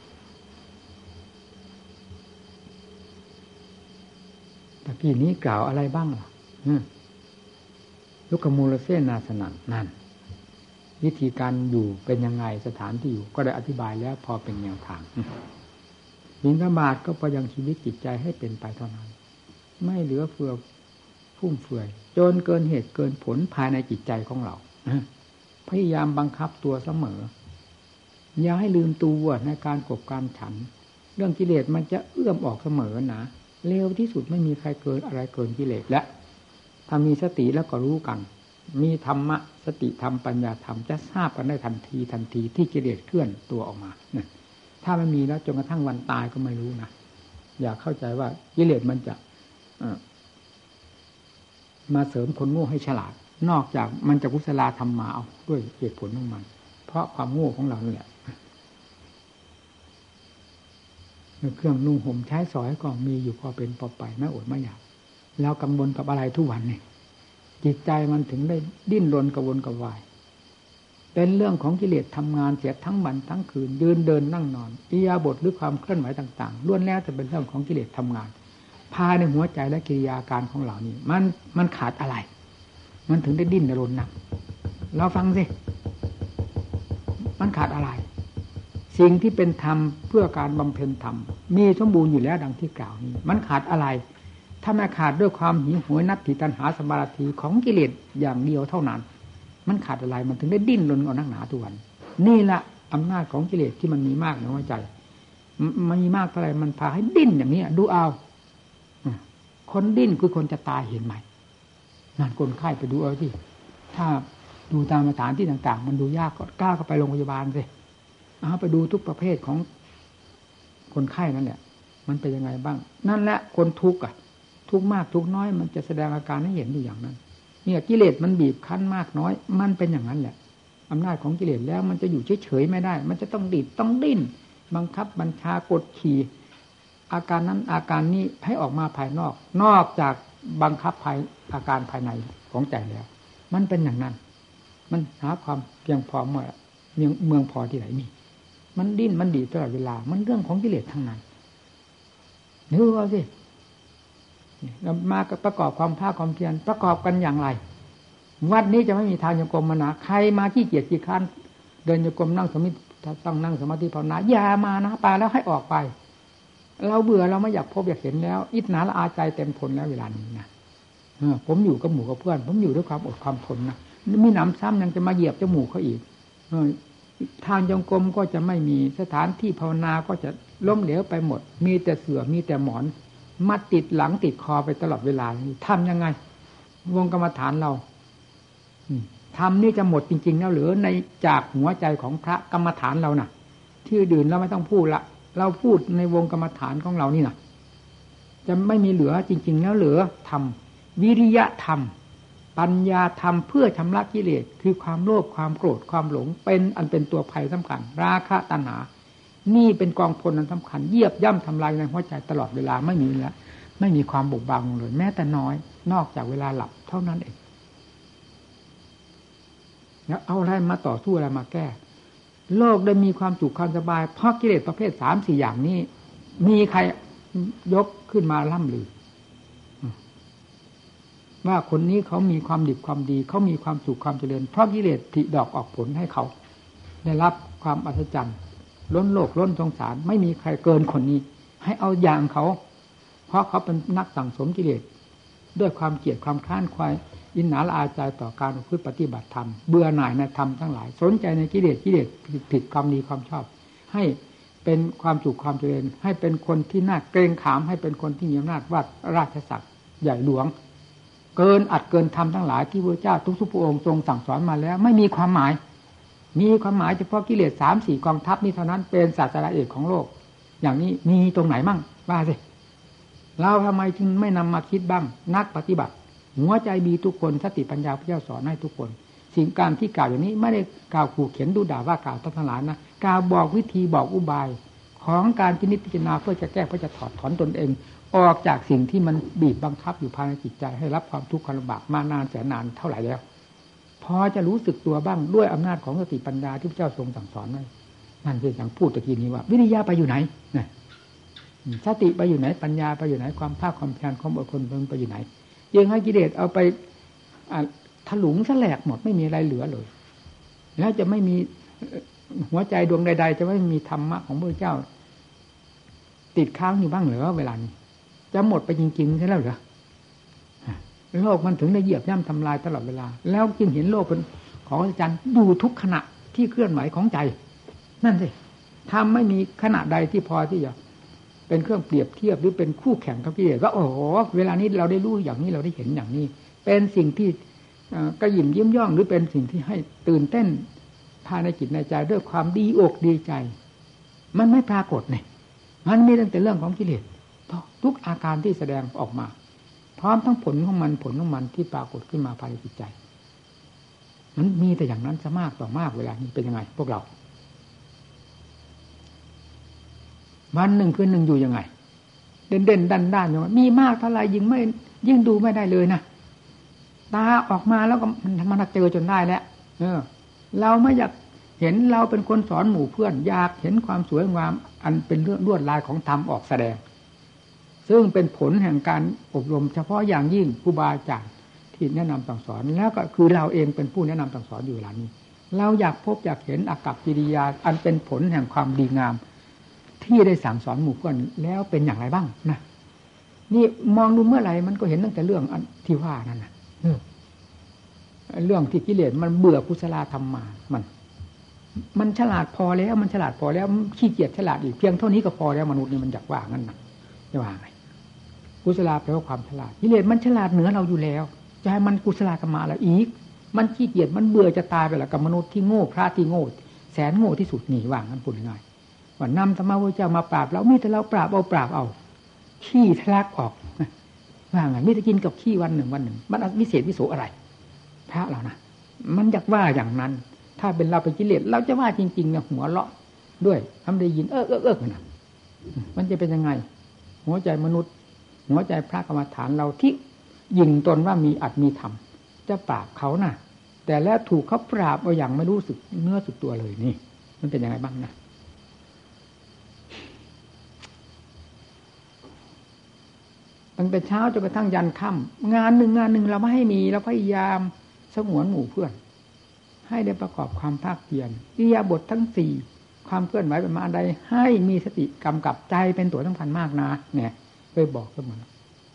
ตะกี้นี้กล่าวอะไรบ้างล่ะลุกมูลเสนาสนังนั่นวิธีการอยู่เป็นยังไงสถานที่อยู่ก็ได้อธิบายแล้วพอเป็นแนวทางบิณฑบาตก็พยังชีวิตจิตใจให้เป็นไปเท่านั้นไม่เหลือเฟือฟุ่มเฟือยจนเกินเหตุเกินผลภายในจิตใจของเราพยายามบังคับตัวเสมออย่าให้ลืมตัวในการกบการฉันเรื่องกิเลสมันจะเอื้อมออกเสมอนะเร็วที่สุดไม่มีใครเกินอะไรเกินกิเลสและถ้ามีสติแล้วก็รู้กันมีธรรมะสติธรรมปัญญาธรรมจะทราบกันได้ทันทีทันทีที่กิเลสเคลื่อนตัวออกมาถ้าไม่มีแล้วจนกระทั่งวันตายก็ไม่รู้นะอย่าเข้าใจว่ากิเลสมันจะมาเสริมคนโง่ให้ฉลาดนอกจากมันจะกุศลธรรมมาเอาด้วยเหตุผลของมันเพราะความโง่ของเราเนี่ยเครื่องนุ่งห่มใช้สอยก็มีอยู่พอเป็นพอไปไม่อดไม่อยากแล้วกังวลกับอะไรทุกวันเนี่ยจิตใจมันถึงได้ดิ้นรนกระวนกระวายเป็นเรื่องของกิเลสทำงานเสียทั้งวันทั้งคืนยืนเดินนั่งนอนอิริยาบถหรือความเคลื่อนไหวต่างๆล้วนแล้วจะเป็นเรื่องของกิเลสทำงานภายในหัวใจและกิริยาการของเรานี่มันมันขาดอะไรมันถึงได้ดิ้นรนหนักเราฟังสิมันขาดอะไรสิ่งที่เป็นธรรมเพื่อการบำเพ็ญธรรมมีสมบูรณ์อยู่แล้วดังที่กล่าวนี้มันขาดอะไรถ้าไม่ขาดด้วยความหิวโหยนัตถิตัณหาสมาธิของกิเลสอย่างเดียวเท่านั้นมันขาดอะไรมันถึงได้ดิ้นรนเอานักหนาทุกวันนี่แหละอำนาจของกิเลสที่มันมีมากในหัวใจมันมีมากเท่าไรมันพาให้ดิ้นอย่างนี้ดูเอาคนดิ้นคือคนจะตายเห็นไหมนั่นคนไข้ไปดูเอาที่ถ้าดูตามสถานที่ต่างๆมันดูยากก็กล้าเข้าไปโรงพยาบาลสิเอาไปดูทุกประเภทของคนไข้นั่นแหละมันเป็นยังไงบ้างนั่นแหละคนทุกข์อ่ะทุกข์มากทุกข์น้อยมันจะแสดงอาการให้เห็นอยู่อย่างนั้นเนี่ยกิเลสมันบีบคั้นมากน้อยมันเป็นอย่างนั้นแหละอำนาจของกิเลสแล้วมันจะอยู่เฉยๆไม่ได้มันจะต้องดิ้นต้องดิ้นบังคับบัญชากดขี่อาการนั้นอาการนี้ให้ออกมาภายนอกนอกจากบังคับภายอาการภายในของใจแล้วมันเป็นอย่างนั้นมันหาความเพียงพอเมื่อเมืองเมืองพอที่ไหนมีมันดิ้นมันดีตลอดเวลามันเรื่องของกิเลสทั้งนั้นนึกเอาสิเรามาประกอบความภาคความเพียรประกอบกันอย่างไรวัดนี้จะไม่มีทางโยกรมมานะใครมาขี้เกียจขี้ค้านเดินโยกรมนั่งสมาธิต้องนั่งสมาธิภาวนาอย่ามานะปาแล้วให้ออกไปเราเบื่อเราไม่อยากพบอยากเห็นแล้วอิจฉาละอาใจเต็มทนแล้วเวลานี้นะผมอยู่กับหมู่กับเพื่อนผมอยู่ด้วยความอดความทนนะมีหนำซ้ำยังจะมาเหยียบจมูกเขาอีกทางโยกรมก็จะไม่มีสถานที่ภาวนาก็จะล้มเหลวไปหมดมีแต่เสื่อมีแต่หมอนมัดติดหลังติดคอไปตลอดเวลาทำยังไงวงกรรมฐานเราธรรมนี่จะหมดจริงๆแล้วหรือในจากหัวใจของพระกรรมฐานเราน่ะที่ดื่นเราไม่ต้องพูดละเราพูดในวงกรรมฐานของเรานี่น่ะจะไม่มีเหลือจริงๆแล้วเหลือธรรมวิริยะธรรมปัญญาธรรมเพื่อชำระกิเลสคือความโลภความโกรธความหลงเป็นอันเป็นตัวภัยสำคัญราคะตัณหานี่เป็นกองพลอันสำคัญเยียบย่ำทำลายในหัวใจตลอดเวลาไม่มีแล้วไม่มีความบุกบังเลยแม้แต่น้อยนอกจากเวลาหลับเท่านั้นเองแล้วเอาอะไรมาต่อสู้อะไรมาแก้โลกได้มีความสุขความสบายเพราะกิเลสประเภทสามสี่อย่างนี้มีใครยกขึ้นมาล่ำลือว่าคนนี้เขามีความดีความดีเขามีความสุขความเจริญเพราะกิเลสผลิดอกออกผลให้เขาได้รับความอัศจรรย์ล้นโลกล้นสงสารไม่มีใครเกินคนนี้ให้เอาอย่างเขาเพราะเขาเป็นนักสั่งสมกิเลสด้วยความเกลียดความคร้านควายอินหนาละอาใจต่อการพึ่งปฏิบัติธรรมเบื่อหน่ายในธรรมทั้งหลายสนใจในกิเลสกิเลสผิดความดีความชอบให้เป็นความสุขความเจริญให้เป็นคนที่น่าเกรงขามให้เป็นคนที่มีอำนาจวาดราชศักดิ์ใหญ่หลวงเกินอัดเกินธรรมทั้งหลายที่พระเจ้าทุกๆพระองค์ทรงสั่งสอนมาแล้วไม่มีความหมายมีความหมายเฉพาะกิเลสสามสี่กองทัพนี้เท่านั้นเป็นศาสนาเอกของโลกอย่างนี้มีตรงไหนมั่งว่าสิเราทำไมจึงไม่นำมาคิดบ้างนักปฏิบัติหัวใจมีทุกคนสติปัญญาพระเจ้าสอนให้ทุกคนสิ่งการที่กล่าวอย่างนี้ไม่ได้กล่าวขู่เข็นดูด่าว่ากล่าวทั้งหลายนะกล่าวบอกวิธีบอกอุบายของการพินิจพิจารณาเพื่อจะแก้เพื่อจะถอดถอนตนเองออกจากสิ่งที่มันบีบบังคับอยู่ภายในจิตใจให้รับความทุกข์ความลำบากมานานแสนนานเท่าไหร่แล้วพอจะรู้สึกตัวบ้างด้วยอำนาจของสติปัญญาที่พระเจ้าทรงสั่งสอนนั่นนั่นคืออย่างพูดตะกี้นี้ว่าวิริยะไปอยู่ไหนนะสติไปอยู่ไหนปัญญาไปอยู่ไหนความภาคความเพียรความอดทนไปอยู่ไหนยังให้กิเลสเอาไปถลุงแสลกหมดไม่มีอะไรเหลือเลยแล้วจะไม่มีหัวใจดวงใดๆจะไม่มีธรรมะของพระเจ้าติดค้างอยู่บ้างเหรอเวลานี้จะหมดไปจริงๆใช่แล้วเหรอโลกมันถึงได้เหยียบย่ำทำลายตลอดเวลาแล้วจึงเห็นโลกเป็นของอาจารย์ดูทุกขณะที่เคลื่อนไหวของใจนั่นสิทำไม่มีขณะใดที่พอที่จะเป็นเครื่องเปรียบเทียบหรือเป็นคู่แข่งกับกิเลสว่าโอ้โหเวลานี้เราได้รู้อย่างนี้เราได้เห็นอย่างนี้เป็นสิ่งที่กระหยิ่มยิ้มย่องหรือเป็นสิ่งที่ให้ตื่นเต้นภายในจิตในใจด้วยความดีอกดีใจมันไม่ปรากฏเนี่ยมันมีตั้งแต่เรื่องของกิเลสทุกอาการที่แสดงออกมาพร้อมทั้งผลของมันผลของมันที่ปรากฏขึ้นมาภายในจิตใจมันมีแต่อย่างนั้นซะมากต่อมากเวลานี้เป็นยังไงพวกเราวันหนึ่งคืนหนึ่งอยู่ยังไงเด่นเด่นดันด้านอย่างมีมากเท่าไรยิ่งไม่ยิ่งดูไม่ได้เลยนะตาออกมาแล้วก็มันมันเจอจนได้แล้วเออเราไม่อยากเห็นเราเป็นคนสอนหมู่เพื่อนอยากเห็นความสวยงามอันเป็นเรื่องลวดลายของธรรมออกแสดงซึ่งเป็นผลแห่งการอบรมเฉพาะอย่างยิ่งครูบาอาจารย์ที่แนะนำสั่งสอนแล้วก็คือเราเองเป็นผู้แนะนำสั่งสอนอยู่เวลานี้เราอยากพบอยากเห็นอากัปกิริยาอันเป็นผลแห่งความดีงามที่ได้สั่งสอนหมู่เพื่อนแล้วเป็นอย่างไรบ้างนะนี่มองดูเมื่อไหร่มันก็เห็นตั้งแต่เรื่องอันที่ว่านั่นนะเรื่องที่กิเลสมันเบื่อกุศลธรรมมามันมันฉลาดพอแล้วมันฉลาดพอแล้วขี้เกียจฉลาดอีกเพียงเท่านี้ก็พอแล้วมนุษย์นี่มันอยากว่างั้นนะจะว่าไงกุศลแปลว่าความฉลาดกิเลสมันฉลาดเหนือเราอยู่แล้วจะให้มันกุศลธรรมะอะไรอีกมันขี้เกียจมันเบื่อจะตายไปแล้วกับมนุษย์ที่โง่พระที่โง่แสนโง่ที่สุดนี่ว่างั้นพูดง่ายว่านำธรรมะพระเจ้ามาปราบเรามีแต่เราปราบเอาปราบเอาขี้ทะลักออกว่าไงมีแต่กินกับขี้วันหนึ่งวันหนึ่งมันวิเศษวิโสอะไรพระเรานะมันอยากว่าอย่างนั้นถ้าเป็นเราเป็นกิเลสเราจะว่าจริงๆเนี่ยหัวเราะด้วยทำได้ยินเออเออเออนะมันจะเป็นยังไงหัวใจมนุษย์หัวใจพระกรรมฐานเราที่ยิงตนว่ามีอัตมีธรรมจะปราบเขานะแต่แล้วถูกเขาปราบเอาอย่างไม่รู้สึกเนื้อสึกตัวเลยนี่มันเป็นยังไงบ้างนะตั้งแต่เช้าจนกระทั่งยันค่ำงานหนึ่งงานหนึ่งเราไม่ให้มีเราพยายามสงวนหมู่เพื่อนให้ได้ประกอบความภาคเพียรอิริยาบถทั้งสี่ความเคลื่อนไหวเป็นมาใดให้มีสติกำกับใจเป็นตัวสำคัญมากนะเนี่ยเคยบอกเสมอ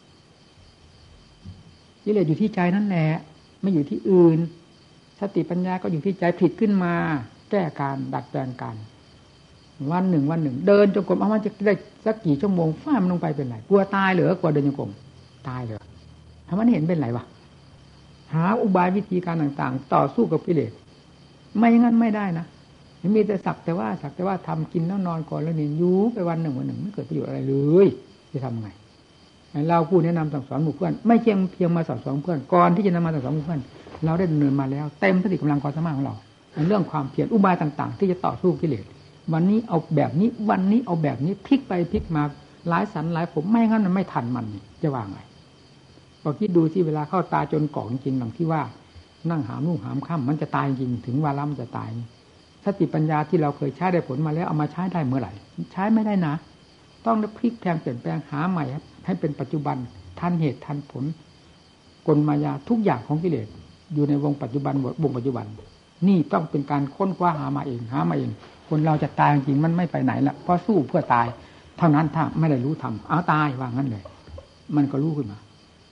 กิเลสอยู่ที่ใจนั่นแหละไม่อยู่ที่อื่นสติปัญญาก็อยู่ที่ใจผิดขึ้นมาแก้การดัดแปลงกันวันหนึ่งวันหนึ่งเดินจงกรมเอามันจะได้สักกี่ชั่วโมงฟ้ามันลงไปเป็นไรกลัวตายเหรอกลัวเดินจงกรมตายเหรอทำไมเห็นเป็นไรวะหาอุบายวิธีการต่างๆต่อสู้กับกิเลสไม่งั้นไม่ได้นะมีแต่สักแต่ว่าสักแต่ว่าทำกินแล้วนอนก่อนแล้วนี่อยู่ไปวันหนึ่งวันหนึ่งไม่เกิดประโยชน์อะไรเลยจะทำไงเราผู้แนะนำสั่งสอนหมู่เพื่อนไม่เพียงเพียงมาสั่งสอนเพื่อนก่อนที่จะนำมาสั่งสอนหมู่เพื่อนเราได้ดำเนินมาแล้วเต็มสติกำลังความสามารถของเราในเรื่องความเพียรอุบายต่างๆที่จะต่อสู้กิเลสวันนี้เอาแบบนี้วันนี้เอาแบบนี้พลิกไปพลิกมาหลายสันหลายผมไม่งั้นมันไม่ทันมันจะว่าไงพอคิดดูที่เวลาเข้าตาจนกล่องจริงหลังที่ว่านั่งหามลุ่งหามค่ำมันจะตายจริงถึงวาระมันจะตายสติปัญญาที่เราเคยใช้ได้ผลมาแล้วเอามาใช้ได้เมื่อไหร่ใช้ไม่ได้นะต้องพลิกแพลงเปลี่ยนแปลงหาใหม่ให้เป็นปัจจุบันทันเหตุทันผลกลมายาทุกอย่างของกิเลสอยู่ในวงปัจจุบันวงปัจจุบันนี่ต้องเป็นการค้นคว้าหามาเองหามาเองคนเราจะตายจริงมันไม่ไปไหนละเพราะสู้เพื่อตายเท่านั้นถ้าไม่ได้รู้ทำเอาตายว่างั้นเลยมันก็รู้ขึ้นมา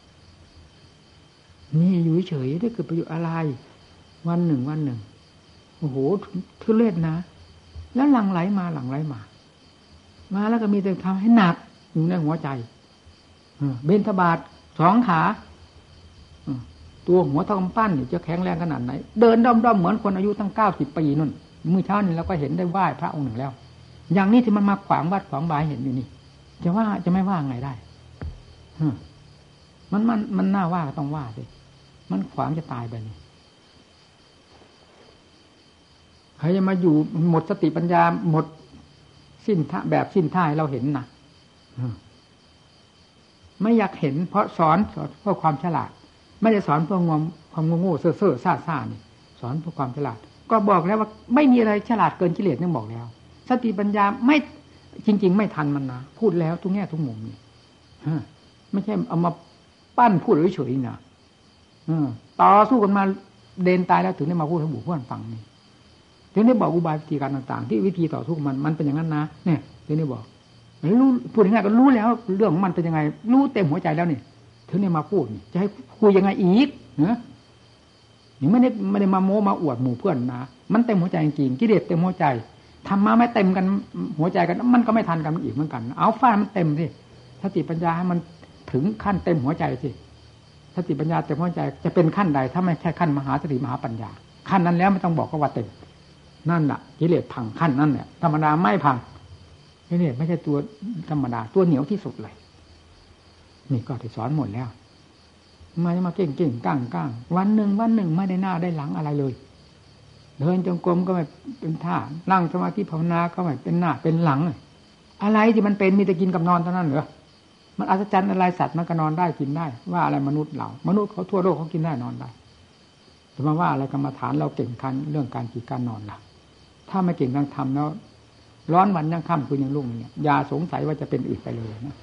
นี่อยู่เฉยได้เกิดประโยชน์อะไรวันหนึ่งวันหนึ่งโอ้โหทุเรศนะแล้วหลั่งไหลมาหลั่งไหลมามาแล้วก็มีแต่ทำให้หนักอยู่ในหัวใจเบญทบาทสองขาตัวหัวเท่ากำปั้นนี่จะแข็งแรงขนาดไหนเดินด้อมๆเหมือนคนอายุตั้งเก้าสิบปีนู่นมื้อเช้านี่เราก็เห็นได้ไหว้พระองค์หนึ่งแล้วอย่างนี้ที่มันมาขวางวัดขวางบายเห็นอยู่นี่จะว่าจะไม่ว่าไงได้มันมันมันน่าว่าก็ต้องว่าสิมันขวางจะตายไปนี่ใครจะมาอยู่หมดสติปัญญาหมดสิ้นท่าแบบสิ้นท่าให้เราเห็นนะไม่อยากเห็นเพราะสอนสอนเพื่อความฉลาดไม่ได้สอนเพื่องมความโง่ๆเซ่อๆซ่าๆนี่สอนเพื่อความฉลาดก็บอกแล้วว่าไม่มีอะไรฉลาดเกินกิเลสนี่บอกแล้วสติปัญญาไม่จริงๆไม่ทันมันนะพูดแล้วทุกแง่ทุกมุมนี่ไม่ใช่เอามาปั้นพูดเฉยๆนะต่อสู้กันมาเดินตายแล้วถึงได้มาพูดให้หมู่เพื่อนฟังนี่ถึงได้บอกอุบายวิธีการต่างๆที่วิธีต่อสู้มันมันเป็นอย่างนั้นนะเนี่ยถึงได้บอกรู้พูดง่ายๆก็รู้แล้วเรื่องของมันเป็นยังไงรู้เต็มหัวใจแล้วนี่ถึงได้มาพูดนี่จะให้คุยยังไงอีกเนอะนี่ไม่ได้ไม่ได้มาโม้มาอวดหมู่เพื่อนนะมันเต็มหัวใจจริงๆกิเลสเต็มหัวใจทำมาไม่เต็มกันหัวใจกันมันก็ไม่ทันกันอีกเหมือนกันเอาฟ้ามันเต็มสิสติปัญญาให้มันถึงขั้นเต็มหัวใจสิสติปัญญาเต็มหัวใจจะเป็นขั้นใดถ้าไม่ใช่ขั้นมหาสติมหาปัญญาขั้นนั้นแล้วไม่ต้องบอกก็ว่าเต็มนั่นแหละกิเลสพังขั้นนั้นแหละธรรมดาไม่พังกิเลสไม่ใช่ตัวธรรมดาตัวเหนียวที่สุดเลยนี่ก็ได้สอนหมดแล้วมาจะมาเก่งเก่งก้างก้างวันหนึ่งวันหนึ่งไม่ได้หน้าได้หลังอะไรเลยเดินจงกรมก็ไม่เป็นท่านั่งสมาธิภาวนาก็ไม่เป็นหน้าเป็นหลังอะไรที่มันเป็นมีแต่กินกับนอนเท่านั้นเหรอมันอัศจรรย์อะไรสัตว์มันก็นอนได้กินได้ว่าอะไรมนุษย์เรามนุษย์เขาทั่วโลกเขากินได้นอนได้จะมาว่าอะไรกรรมฐานเราเก่งคันเรื่องการกินการนอนล่ะถ้าไม่เก่งทางธรรมแล้วร้อนวันยังค่ำคืนยังรุ่งเนี่ยอย่าสงสัยว่าจะเป็นอื่นไปเลยนะ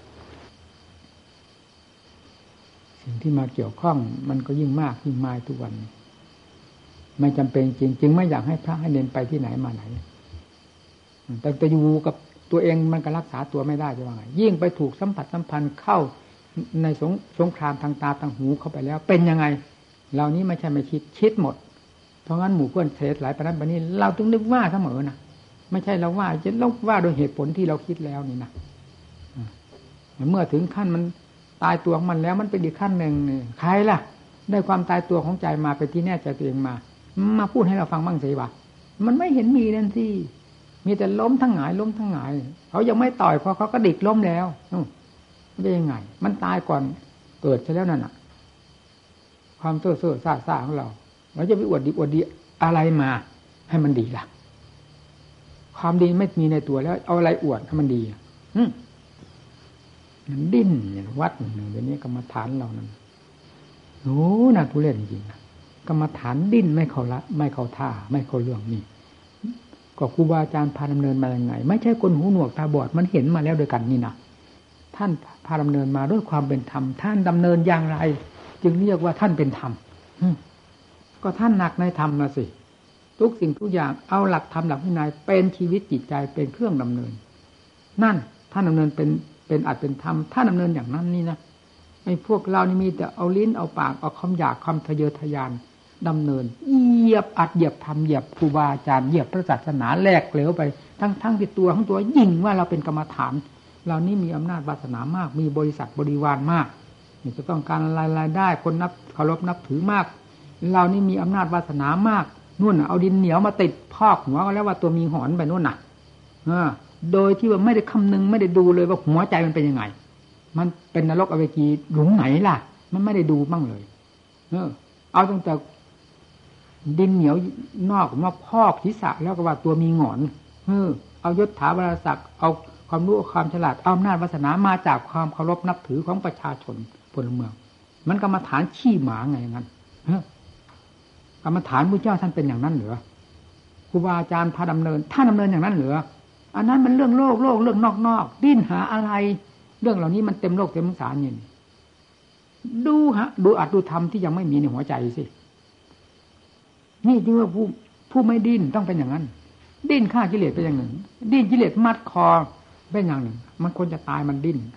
สิ่งที่มาเกี่ยวข้องมันก็ยิ่งมากยิ่งมายทุกวันไม่จำเป็นจริงจึงไม่อยากให้พระให้เน้นไปที่ไหนมาไหนแต่จะอยู่กับตัวเองมันก็รักษาตัวไม่ได้จะว่าไงยิ่งไปถูกสัมผัสสัมพันธ์เข้าในสงสงครามทางตาทางหูเข้าไปแล้วเป็นยังไงเหล่านี้ไม่ใช่ไม่คิดคิดหมดเพราะงั้นหมู่เพื่อนเทศหลายประนั้นประนี้เราต้องนึกว่าเสมอนะไม่ใช่เราว่าจะเราว่าโดยเหตุผลที่เราคิดแล้วนี่นะเมื่อถึงขั้นมันตายตัวของมันแล้วมันเป็นอีกขั้นหนึ่งใครล่ะได้ความตายตัวของใจมาเป็นที่แน่ใจตัวเองมามาพูดให้เราฟังบ้างสิวะมันไม่เห็นมีนั่นสิมีแต่ล้มทั้งหงายล้มทั้งหงายเขายังไม่ต่อยเพราะเขาก็ดิกล้มแล้วได้ยังไงมันตายก่อนเกิดซะแล้วนั่นน่ะความเซ่อเซ่อซ่าซ่าของเราเราจะไปอวดดีอวดดีอะไรมาให้มันดีล่ะความดีไม่มีในตัวแล้วเอาอะไรอวดให้มันดีอืมมันดิ้นวัดหนึ่งเดี๋ยวนี้กรรมฐานเรานั้นโอ้น่าทุเรศจริงๆนะกรรมฐานดิ้นไม่เข้าละไม่เข้าท่าไม่เข้าเรื่องนี่ก็ครูบาอาจารย์พาดำเนินมาอย่างไงไม่ใช่คนหูหนวกตาบอดมันเห็นมาแล้วด้วยกันนี่นะท่านพาดำเนินมาด้วยความเป็นธรรมท่านดำเนินอย่างไรจึงเรียกว่าท่านเป็นธรรมก็ท่านหนักในธรรมนะสิทุกสิ่งทุกอย่างเอาหลักธรรมหลักวินัยเป็นชีวิตจิตใจเป็นเครื่องดำเนินนั่นท่านดำเนินเป็นเป็นอัตเป็นธรรมท่านดำเนินอย่างนั้นนี่นะไอ้พวกเรานี่มีแต่เอาลิ้นเอาปากเอาคำหยาบคำทะเยอทะยานดำเนินเหยียบอัดเหยียบทำเหยียบครูบาอาจารย์เหยียบพระศาสนาแหลกเหลวไปทั้งทั้งติดตัวทั้งตัวยิ่งว่าเราเป็นกรรมฐานเรานี่มีอำนาจวาสนามากมีบริษัทบริวารมากนี่จะต้องการรายรายได้คนนับเคารพนับถือมากเรานี่มีอำนาจวาสนามากนู่นเอาดินเหนียวมาติดพอกหัวก็แล้วว่าตัวมีหอนไปนู่นน่ะโดยที่ว่าไม่ได้คำนึงไม่ได้ดูเลยว่าหัวใจมันเป็นยังไงมันเป็นนรกอเวจีหลุมไหนล่ะมันไม่ได้ดูบ้างเลยเออเอาตั้งแต่ดินเหนียวนอกมาพอกศีรษะแล้วก็ว่าตัวมีหงอนเออเอายศถาบรรดาศักดิ์เอาความรู้ความฉลาดเอาอำนาจวาสนามาจากความเคารพนับถือของประชาชนพลเมืองมันกรรมฐานขี้หมาไงอย่างนั้นกรรมฐานพระเจ้าท่านเป็นอย่างนั้นเหรอครูบาอาจารย์พาดำเนินท่านดำเนินอย่างนั้นเหรออันนั้นมันเรื่องโลกโลกเรื่องนอกๆดิ้นหาอะไรเรื่องเหล่านี้มันเต็มโลกเต็มสงสารนี่ดูฮะดูอัตดูธรรมที่ยังไม่มีในหัวใจสินี่จึงว่าผู้ผู้ไม่ดิ้นต้องเป็นอย่างนั้นดิ้นฆ่ากิเลสเป็นอย่างหนึ่งดิ้นกิเลสมัดคอเป็นอย่างหนึ่งมันควรจะตายมันดิ้น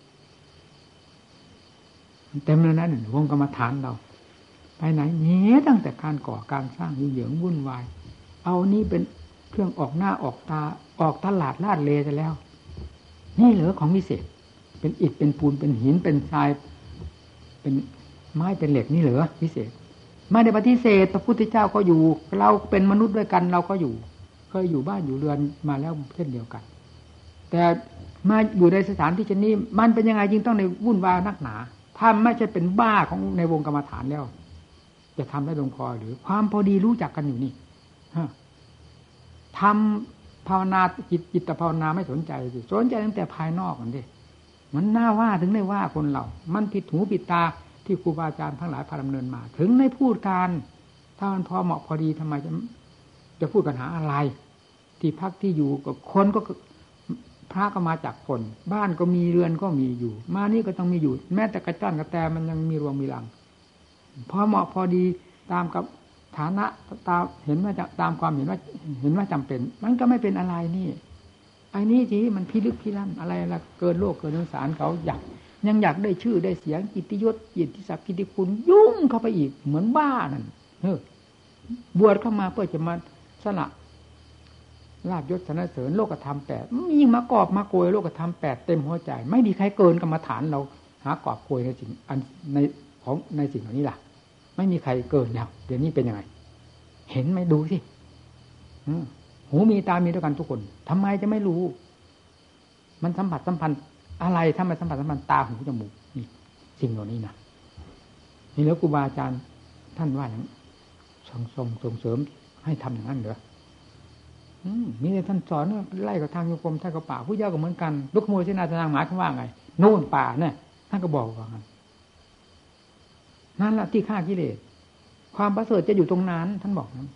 เต็มเลยนะหนึ่งวงกรรมฐานเราไปไหนเนี้ยตั้งแต่การก่อการสร้างยุ่งเหยิงวุ่นวายเอานี่เป็นเครื่องออกหน้าออกตาออกตลาดลาดเลจะแล้วนี่เหลือของวิเศษเป็นอิฐเป็นปูนเป็นหินเป็นทรายเป็นไม้เป็นเหล็กนี่เหลือวิเศษไม่ได้ปฏิเสธพระพุทธเจ้าก็อยู่เราเป็นมนุษย์ด้วยกันเราก็อยู่เคยอยู่บ้านอยู่เรือนมาแล้วเช่นเดียวกันแต่มาอยู่ในสถานที่เช่นนี้มันเป็นยังไงจึงต้องในวุ่นวายนักหนาถ้าไม่ใช่เป็นบ้าของในวงกรรมฐานแล้วจะทำได้ลงคอหรือความพอดีรู้จักกันอยู่นี่ทำภาวนาจิตจิตภาวนาไม่สนใจสิสนใจตั้งแต่ภายนอกนั่นดิมันน่าว่าถึงได้ว่าคนเรามันผิดหูผิดตาที่ครูบาอาจารย์ทั้งหลายพาดำเนินมาถึงได้พูดการถ้ามันพอเหมาะพอดีทำไมจะจะพูดปัญหาอะไรที่พักที่อยู่กับคนก็พระก็มาจากคนบ้านก็มีเรือนก็มีอยู่มานี่ก็ต้องมีอยู่แม้แต่กระจ้อนกระแตมันยังมีรวงมีรังพอเหมาะพอดีตามกับฐานะตามเห็นว่าจะตามความเห็นว่าเห็นว่าจำเป็นมันก็ไม่เป็นอะไรนี่ไอ้นี่ที่มันพิลึกพิลั่นอะไรละเกินโลกเกินสงสารเขาอยากยังอยากได้ชื่อได้เสียงกิตติยศกิตติศักดิ์กิตติคุณยุ่งเข้าไปอีกเหมือนบ้านั่นเฮ้บวชเข้ามาเพื่อจะมาสละลาภยศสรรเสริญโลกธรรมแปดยิ่งมากอบมาโกยโลกธรรมแปดเต็มหัวใจไม่มีใครเกินกรรมฐานเราหากอบโกยในสิ่งอันในของในสิ่งเหล่านี้ล่ะไม่มีใครเกินแล้วเดี๋ยวนี้เป็นยังไงเห็นไหมดูสิหูมีตามีด้วยกันทุกคนทำไมจะไม่รู้มันสัมผัสสัมพันธ์อะไรถ้ามันสัมผัสสัมพันธ์ตาหูจมูกนี่สิ่งเหล่านี้นะนี่แล้วครูบาอาจารย์ท่านว่าอย่างส่งส่งส่งเสริมให้ทำอย่างนั้นเหรอมีแต่ท่านสอนไล่กับทางโยกมท่านกับป่าผู้เจ้าก็เหมือนกันลูกขโมยเสนาสนางหมาท่านว่าไงโน่นป่าเนี่ยท่านก็บอกว่างั้นนั่นแหละที่ฆ่ากิเลสความประเสริฐจะอยู่ตรงนั้นท่านบอกนั้น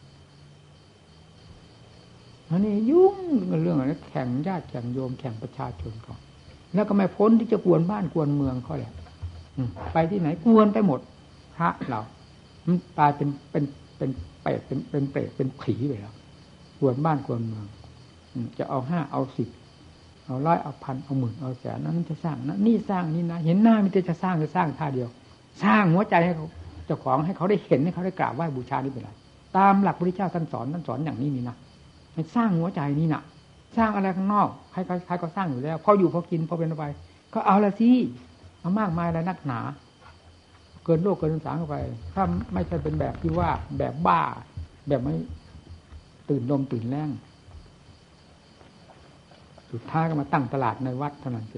อันนี้ยุ่งเรื่องอะไรแข่งญาติแข่งโยมแข่งประชาชนก่อนแล้วก็ไม่พ้นที่จะกวนบ้านกวนเมืองเขาแหละไปที่ไหนกวนไปหมดพระเราตายเป็นเป็นเป็นเปรตเป็นเป็นเปรตเป็นผีไปแล้วกวนบ้านกวนเมืองจะเอาห้าเอาสิบเอาร้อยเอาพันเอาหมื่นเอาแสนนั้นจะสร้างนะนี่สร้างนี่นะเห็นหน้ามิแต่จะสร้างจะสร้างท่าเดียวสร้างหัวใจให้เขาเจ้าของให้เขาได้เห็นให้เขาได้กราบไหว้บูชานี่เป็นไรตามหลักพระพุทธเจ้าท่านสอนท่านสอนอย่างนี้นี่นะให้สร้างหัวใจนี่นะสร้างอะไรข้างนอกใครใครก็สร้างอยู่แล้วพออยู่พอกินพอเป็นไปก็เอาละสิเอามากมายอะไรนักหนาเกินโลกเกินสงสารเข้าไปถ้าไม่ใช่เป็นแบบที่ว่าแบบบ้าแบบไม่ตื่นลมตื่นแรงสุดท้ายก็มาตั้งตลาดในวัดเท่านั้นสิ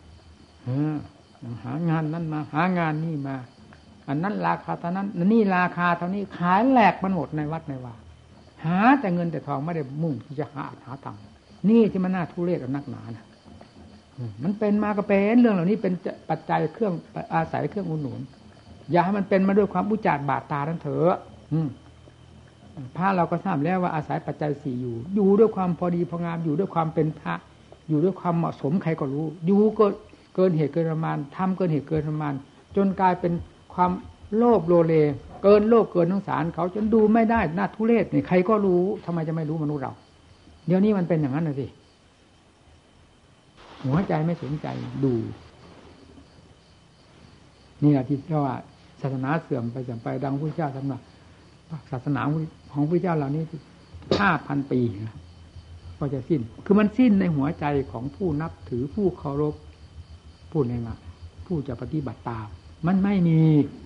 หางานนั้นมาหางานนี่มาอันนั้นราคาเท่านั้นนี่ราคาเท่านี้ขายแหลกมันหมดในวัดในว่าหาแต่เงินแต่ทองไม่ได้มุ่งที่จะหาหาตังค์นี่ที่มันน่าทุเรศนักหนานะมันเป็นมาก็เป็นเรื่องเหล่านี้เป็นปัจจัยเครื่องอาศัยเครื่องอุดหนุนอย่าให้มันเป็นมาด้วยความอุจจาระบาดตาทั้งเถอะพระเราก็ทราบแล้วว่าอาศัยปัจจัยสี่อยู่อยู่ด้วยความพอดีพองามอยู่ด้วยความเป็นพระอยู่ด้วยความเหมาะสมใครก็รู้อยู่ก็เกินเหตุเกินประมาณทำเกินเหตุเกินประมาณจนกลายเป็นความโลภโลเลเกินโลภเกินสงสารเขาจนดูไม่ได้น่าทุเรศนี่ใครก็รู้ทำไมจะไม่รู้มนุษย์เราเดี๋ยวนี้มันเป็นอย่างนั้นนะสิหัวใจไม่สนใจดูนี่แหละที่เรียกว่าศาสนาเสื่อมไปเสื่อมไปดังพระเจ้าท่านว่าศาสนาของพระเจ้าเหล่านี้ห้าพันปีนะก็จะสิ้นคือมันสิ้นในหัวใจของผู้นับถือผู้เคารพผู้ในงานผู้จะปฏิบัติตามมันไม่มี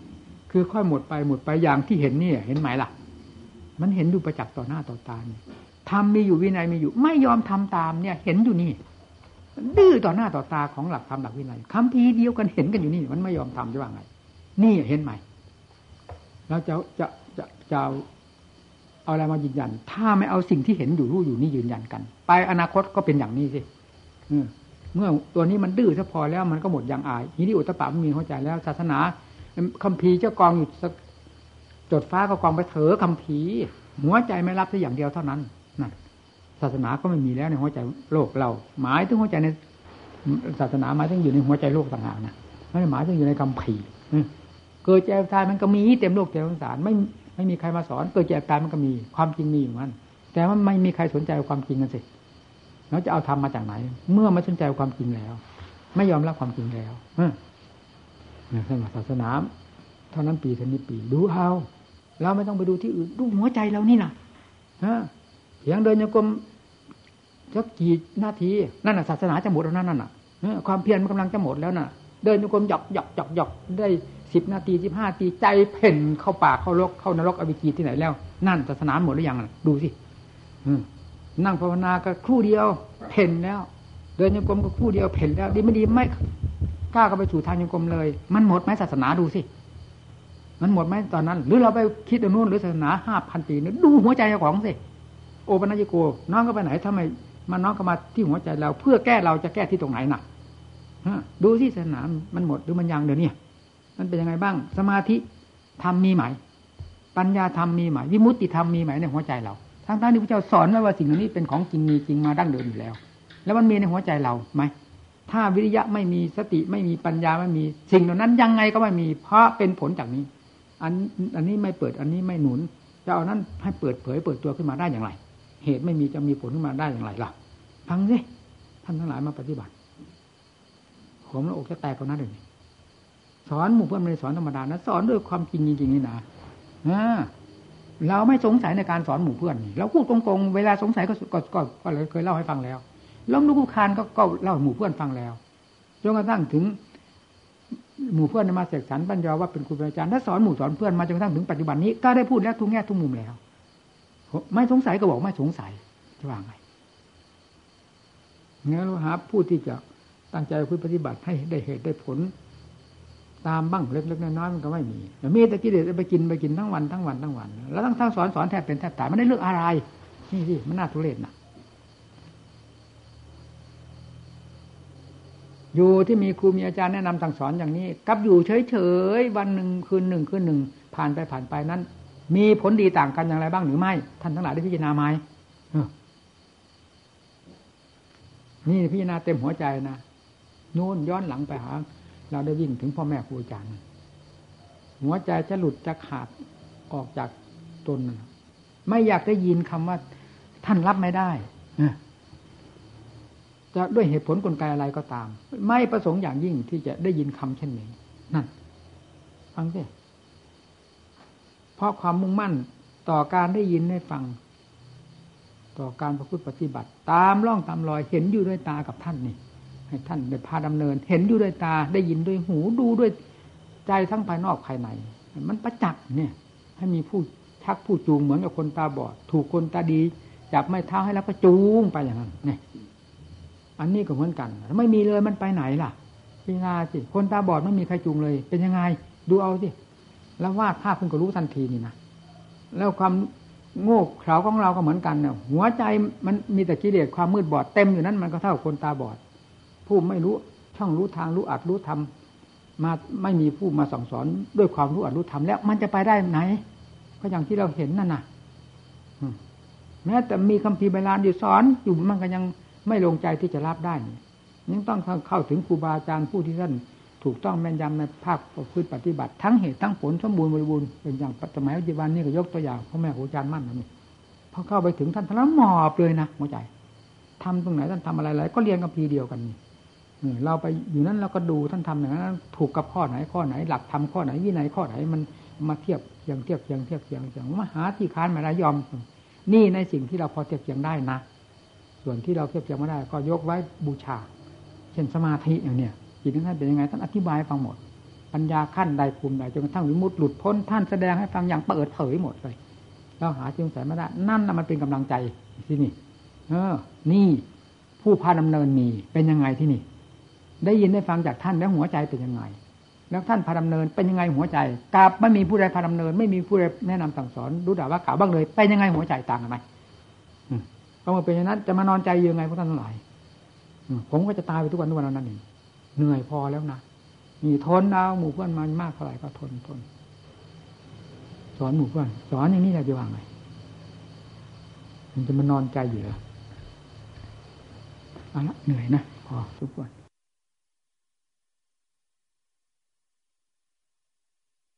คือค่อยหมดไปหมดไปอย่างที่เห็นนี่เห็นไหมล่ะมันเห็นอยู่ประจักษ์ต่อหน้าต่อตาเนี่ยทำมีอยู่วินัยมีอยู่ไม่ยอมทำตามเนี่ยเห็นอยู่นี่ดื้อต่อหน้าต่อตาของหลักธรรมหลักวินัยคำพีเดียวกันเห็นกันอยู่นี่มันไม่ยอมทำจะว่าไงนี่เห็นไหมเราจะจะจะจะเอาอะไรมายืนยันถ้าไม่เอาสิ่งที่เห็นอยู่รู้อยู่นี่ยืนยันกันไปอนาคตก็เป็นอย่างนี้สิเมื่อตัวนี้มันดื้อซะพอแล้วมันก็หมดอย่างอายทีนี้อุตตปะมันมีเข้าใจแล้วศาสนาคัมภีร์เจ้ากองอยู่จดฟ้าก็กองไปเถอคัมภีร์หัวใจไม่รับแค่อย่างเดียวเท่านั้นนั่นศาสนาก็ไม่มีแล้วในหัวใจโลกเราหมายถึงหัวใจในศาสนาหมายถึงอยู่ในหัวใจโลกต่างหากนะไม่ได้หมายถึงอยู่ในคัมภีร์เกิดแก่ตายมันก็มีเต็มโลกเต็มสงสารไม่ไม่มีใครมาสอนเกิดแก่ตายมันก็มีความจริงมีอยู่มันแต่ว่าไม่มีใครสนใจความจริงกันสิแล้วจะเอาธรรมมาจากไหนเมื่อไม่สนใจความจริงแล้วไม่ยอมรับความจริงแล้วเนี่ยศาสนาเท่านั้นปีเท่านี้ปีดูเอาเราไม่ต้องไปดูที่อื่นดูหัวใจเรานี่นะเพียงเดินโยกมสักกี่นาทีนั่นน่ะศาสนาจะหมดแล้วนั่นน่ะความเพียรมันกำลังจะหมดแล้วน่ะเดินโยกมหยอกหยอกหยอกหยอกได้สิบนาทีสิบห้านาทีใจเพ่นเข้าป่าเข้าลกเข้านรกอวิจีที่ไหนแล้วนั่นศาสนาหมดหรือยังดูสินั่งภาวนาก็ครู่เดียวเพ่นแล้วเดินโยกมก็ครู่เดียวเพ่นแล้วดีไม่ดีไม่กล้าก็ไปสู่ทางโยกมเลยมันหมดไหมศาสนาดูสิมันหมดไหมตอนนั้นหรือเราไปคิดตรงนู้นหรือศาสนาห้าพันปีเนี่ยดูหัวใจของสิโอปัญญโกน้องก็ไปไหนทำไมมาน้องก็มาที่หัวใจเราเพื่อแก้เราจะแก้ที่ตรงไหนน่ะดูสิศาสนามันหมดหรือมันยังเดี๋ยวนี้มันเป็นยังไงบ้างสมาธิธรรมมีไหมปัญญาธรรมมีไหมวิมุตติธรรมมีไหมในหัวใจเราทั้งๆที่พระเจ้าสอนไว้ว่าสิ่งนี้เป็นของจริงมีจริงมาดั้งเดิมอยู่แล้วแล้วมันมีในหัวใจเราไหมถ้าวิริยะไม่มีสติไม่มีปัญญาไม่มีสิ่งเหล่านั้นยังไงก็ไม่มีเพราะเป็นผลจากนี้อันอันนี้ไม่เปิดอันนี้ไม่หนุนจะเอานั้นให้เปิดเผยเปิดตัวขึ้นมาได้อย่างไรเหตุไม่มีจะมีผลขึ้นมาได้อย่างไรล่ะฟังสิท่านทั้งหลายมาปฏิบัติผมแล้วอกจะแตกคนนั้นเลยสอนหมู่เพื่อนไม่ได้สอนธรรมดานะสอนด้วยความจริงจริงๆนี่นะเราไม่สงสัยในการสอนหมู่เพื่อนเราพูดตรงๆเวลาสงสัยก็ก็ก็ก็เลยเคยเล่าให้ฟังแล้วล้มลุกคลานก็ก็เล่าหมู่เพื่อนฟังแล้วจนกระทั่งถึงหมู่เพื่อนมาเสกสรรปัญญาว่าเป็นครูเป็นอาจารย์ถ้าสอนหมู่สอนเพื่อนมาจนกระทั่งถึงปัจจุบันนี้ก็ได้พูดแล้วทุกแง่ทุกมุมแล้วไม่สงสัยก็บอกไม่สงสัยจะว่าไงงั้นเราหาผู้ที่จะตั้งใจพูดปฏิบัติให้ได้เหตุได้ผลตามบ้างเล็กๆน้อยๆมันก็ไม่มีแต่มีแต่กิเลสไปกินไปกินทั้งวันทั้งวันทั้งวันแล้วทั้งทั้งสอนสอนแทบเป็นแทบตายไม่ได้เรื่องอะไรนี่สิมันน่าทุเรศนะอยู่ที่มีครูมีอาจารย์แนะนำสั่งสอนอย่างนี้กับอยู่เฉยๆวันหนึ่งคืนหนึ่งคืนหนึ่งผ่านไปผ่านไปนั้นมีผลดีต่างกันอย่างไรบ้างหรือไม่ท่านทั้งหลายได้พิจารณาไหมนี่พิจารณาเต็มหัวใจนะนู่นย้อนหลังไปหาเราได้วิ่งถึงพ่อแม่ครูอาจารย์หัวใจจะหลุดจะขาดออกจากตนไม่อยากได้ยินคำว่าท่านรับไม่ได้จะด้วยเหตุผลกลไกอะไรก็ตามไม่ประสงค์อย่างยิ่งที่จะได้ยินคำเช่นนี้นั่นฟังสิเพราะความมุ่งมั่นต่อการได้ยินได้ฟังต่อการประพฤติปฏิบัติตามร่องตามรอยเห็นอยู่ด้วยตากับท่านนี่ให้ท่านได้พาดำเนินเห็นอยู่ด้วยตาได้ยินด้วยหูดูด้วยใจทั้งภายนอกภายในมันประจักษ์เนี่ยให้มีผู้ชักผู้จูงเหมือนกับคนตาบอดถูกคนตาดีจับไม้เท้าให้แล้วก็จูงไปอย่างนั้นเนี่ยอันนี้ก็เหมือนกันไม่มีเลยมันไปไหนล่ะพิจารณาสิคนตาบอดไม่มีใครจูงเลยเป็นยังไงดูเอาสิแล้ววาดภาพคุณก็รู้ทันทีนี่นะแล้วความโง่เขลาของเราก็เหมือนกันเนี่ยหัวใจมันมีแต่กิเลสความมืดบอดเต็มอยู่นั้นมันก็เท่าคนตาบอดผู้ไม่รู้ช่องรู้ทางรู้อัดรู้ทำมาไม่มีผู้มาสั่งสอนด้วยความรู้อัดรู้ทำแล้วมันจะไปได้ไหนก็อย่างที่เราเห็นนั่นน่ะแม้แต่มีคัมภีร์โบราณอยู่สอนอยู่มันก็ยังไม่ลงใจที่จะรับได้ยังต้องเข้าถึงครูบาอาจารย์ผู้ที่ท่านถูกต้องแม่นยำในภาคประพฤติปฏิบัติทั้งเหตุทั้งผลสมบูรณ์บริบูรณ์เป็นอย่างสมัยปัจจุบันนี่ก็ยกตัวอย่างพ่อแม่ครูอาจารย์มั่นนี่พอเข้าไปถึงท่านท่านหมอบเลยนะหัวใจทำตรงไหนท่านทำอะไรอะไรก็เรียนคัมภีร์เดียวกันนี่เราไปอยู่นั้นเราก็ดูท่านทำอย่างนั้นถูกกับข้อไหนข้อไหนหลักทำข้อไหนวินัยข้อไหนมันมาเทียบเทียงเทียบเทียงเทียบเทียงอย่างมหาที่ค้านมาได้ยอมนี่ในสิ่งที่เราพอเทียบเทียงได้นะส่วนที่เราเทียบเทียงไม่ได้ก็ยกไว้บูชาเช่นสมาธิอย่างเนี้ยจิตท่านเป็นยังไงท่านอธิบายฟังหมดปัญญาขั้นใดภูมิใดจนกระทั่งวิมุตติหลุดพ้นท่านแสดงให้ฟังอย่างเปิดเผยหมดเลยเราหาจึงสายไม่ได้นั่นน่ะมันเป็นกำลังใจที่นี่เออนี่ผู้พาดำเนินมีเป็นยังไงที่นี่ได้ยินได้ฟังจากท่านแล้วหัวใจเป็นยังไงแล้วท่านพาดำเนินเป็นยังไงหัวใจกลับไม่มีผู้ใดพาดำเนินไม่มีผู้ใดแนะนำสั่งสอนรู้ด่าว่ากล่าวบ้างเลยเป็นยังไงหัวใจต่างกันไหมก็มาเป็นอย่างนั้นจะมานอนใจยังไงพวกท่านทั้งหลายผมก็จะตายไปทุกวันทุกวันนั้นเองเหนื่อยพอแล้วนะมีทนเอาหมู่เพื่อนมันมากเท่าไหร่ก็ทนทนสอนหมู่เพื่อนสอนอย่างนี้จะว่าไงมันจะมานอนใจอยู่เหรอเอาละเหนื่อยนะพอทุกวัน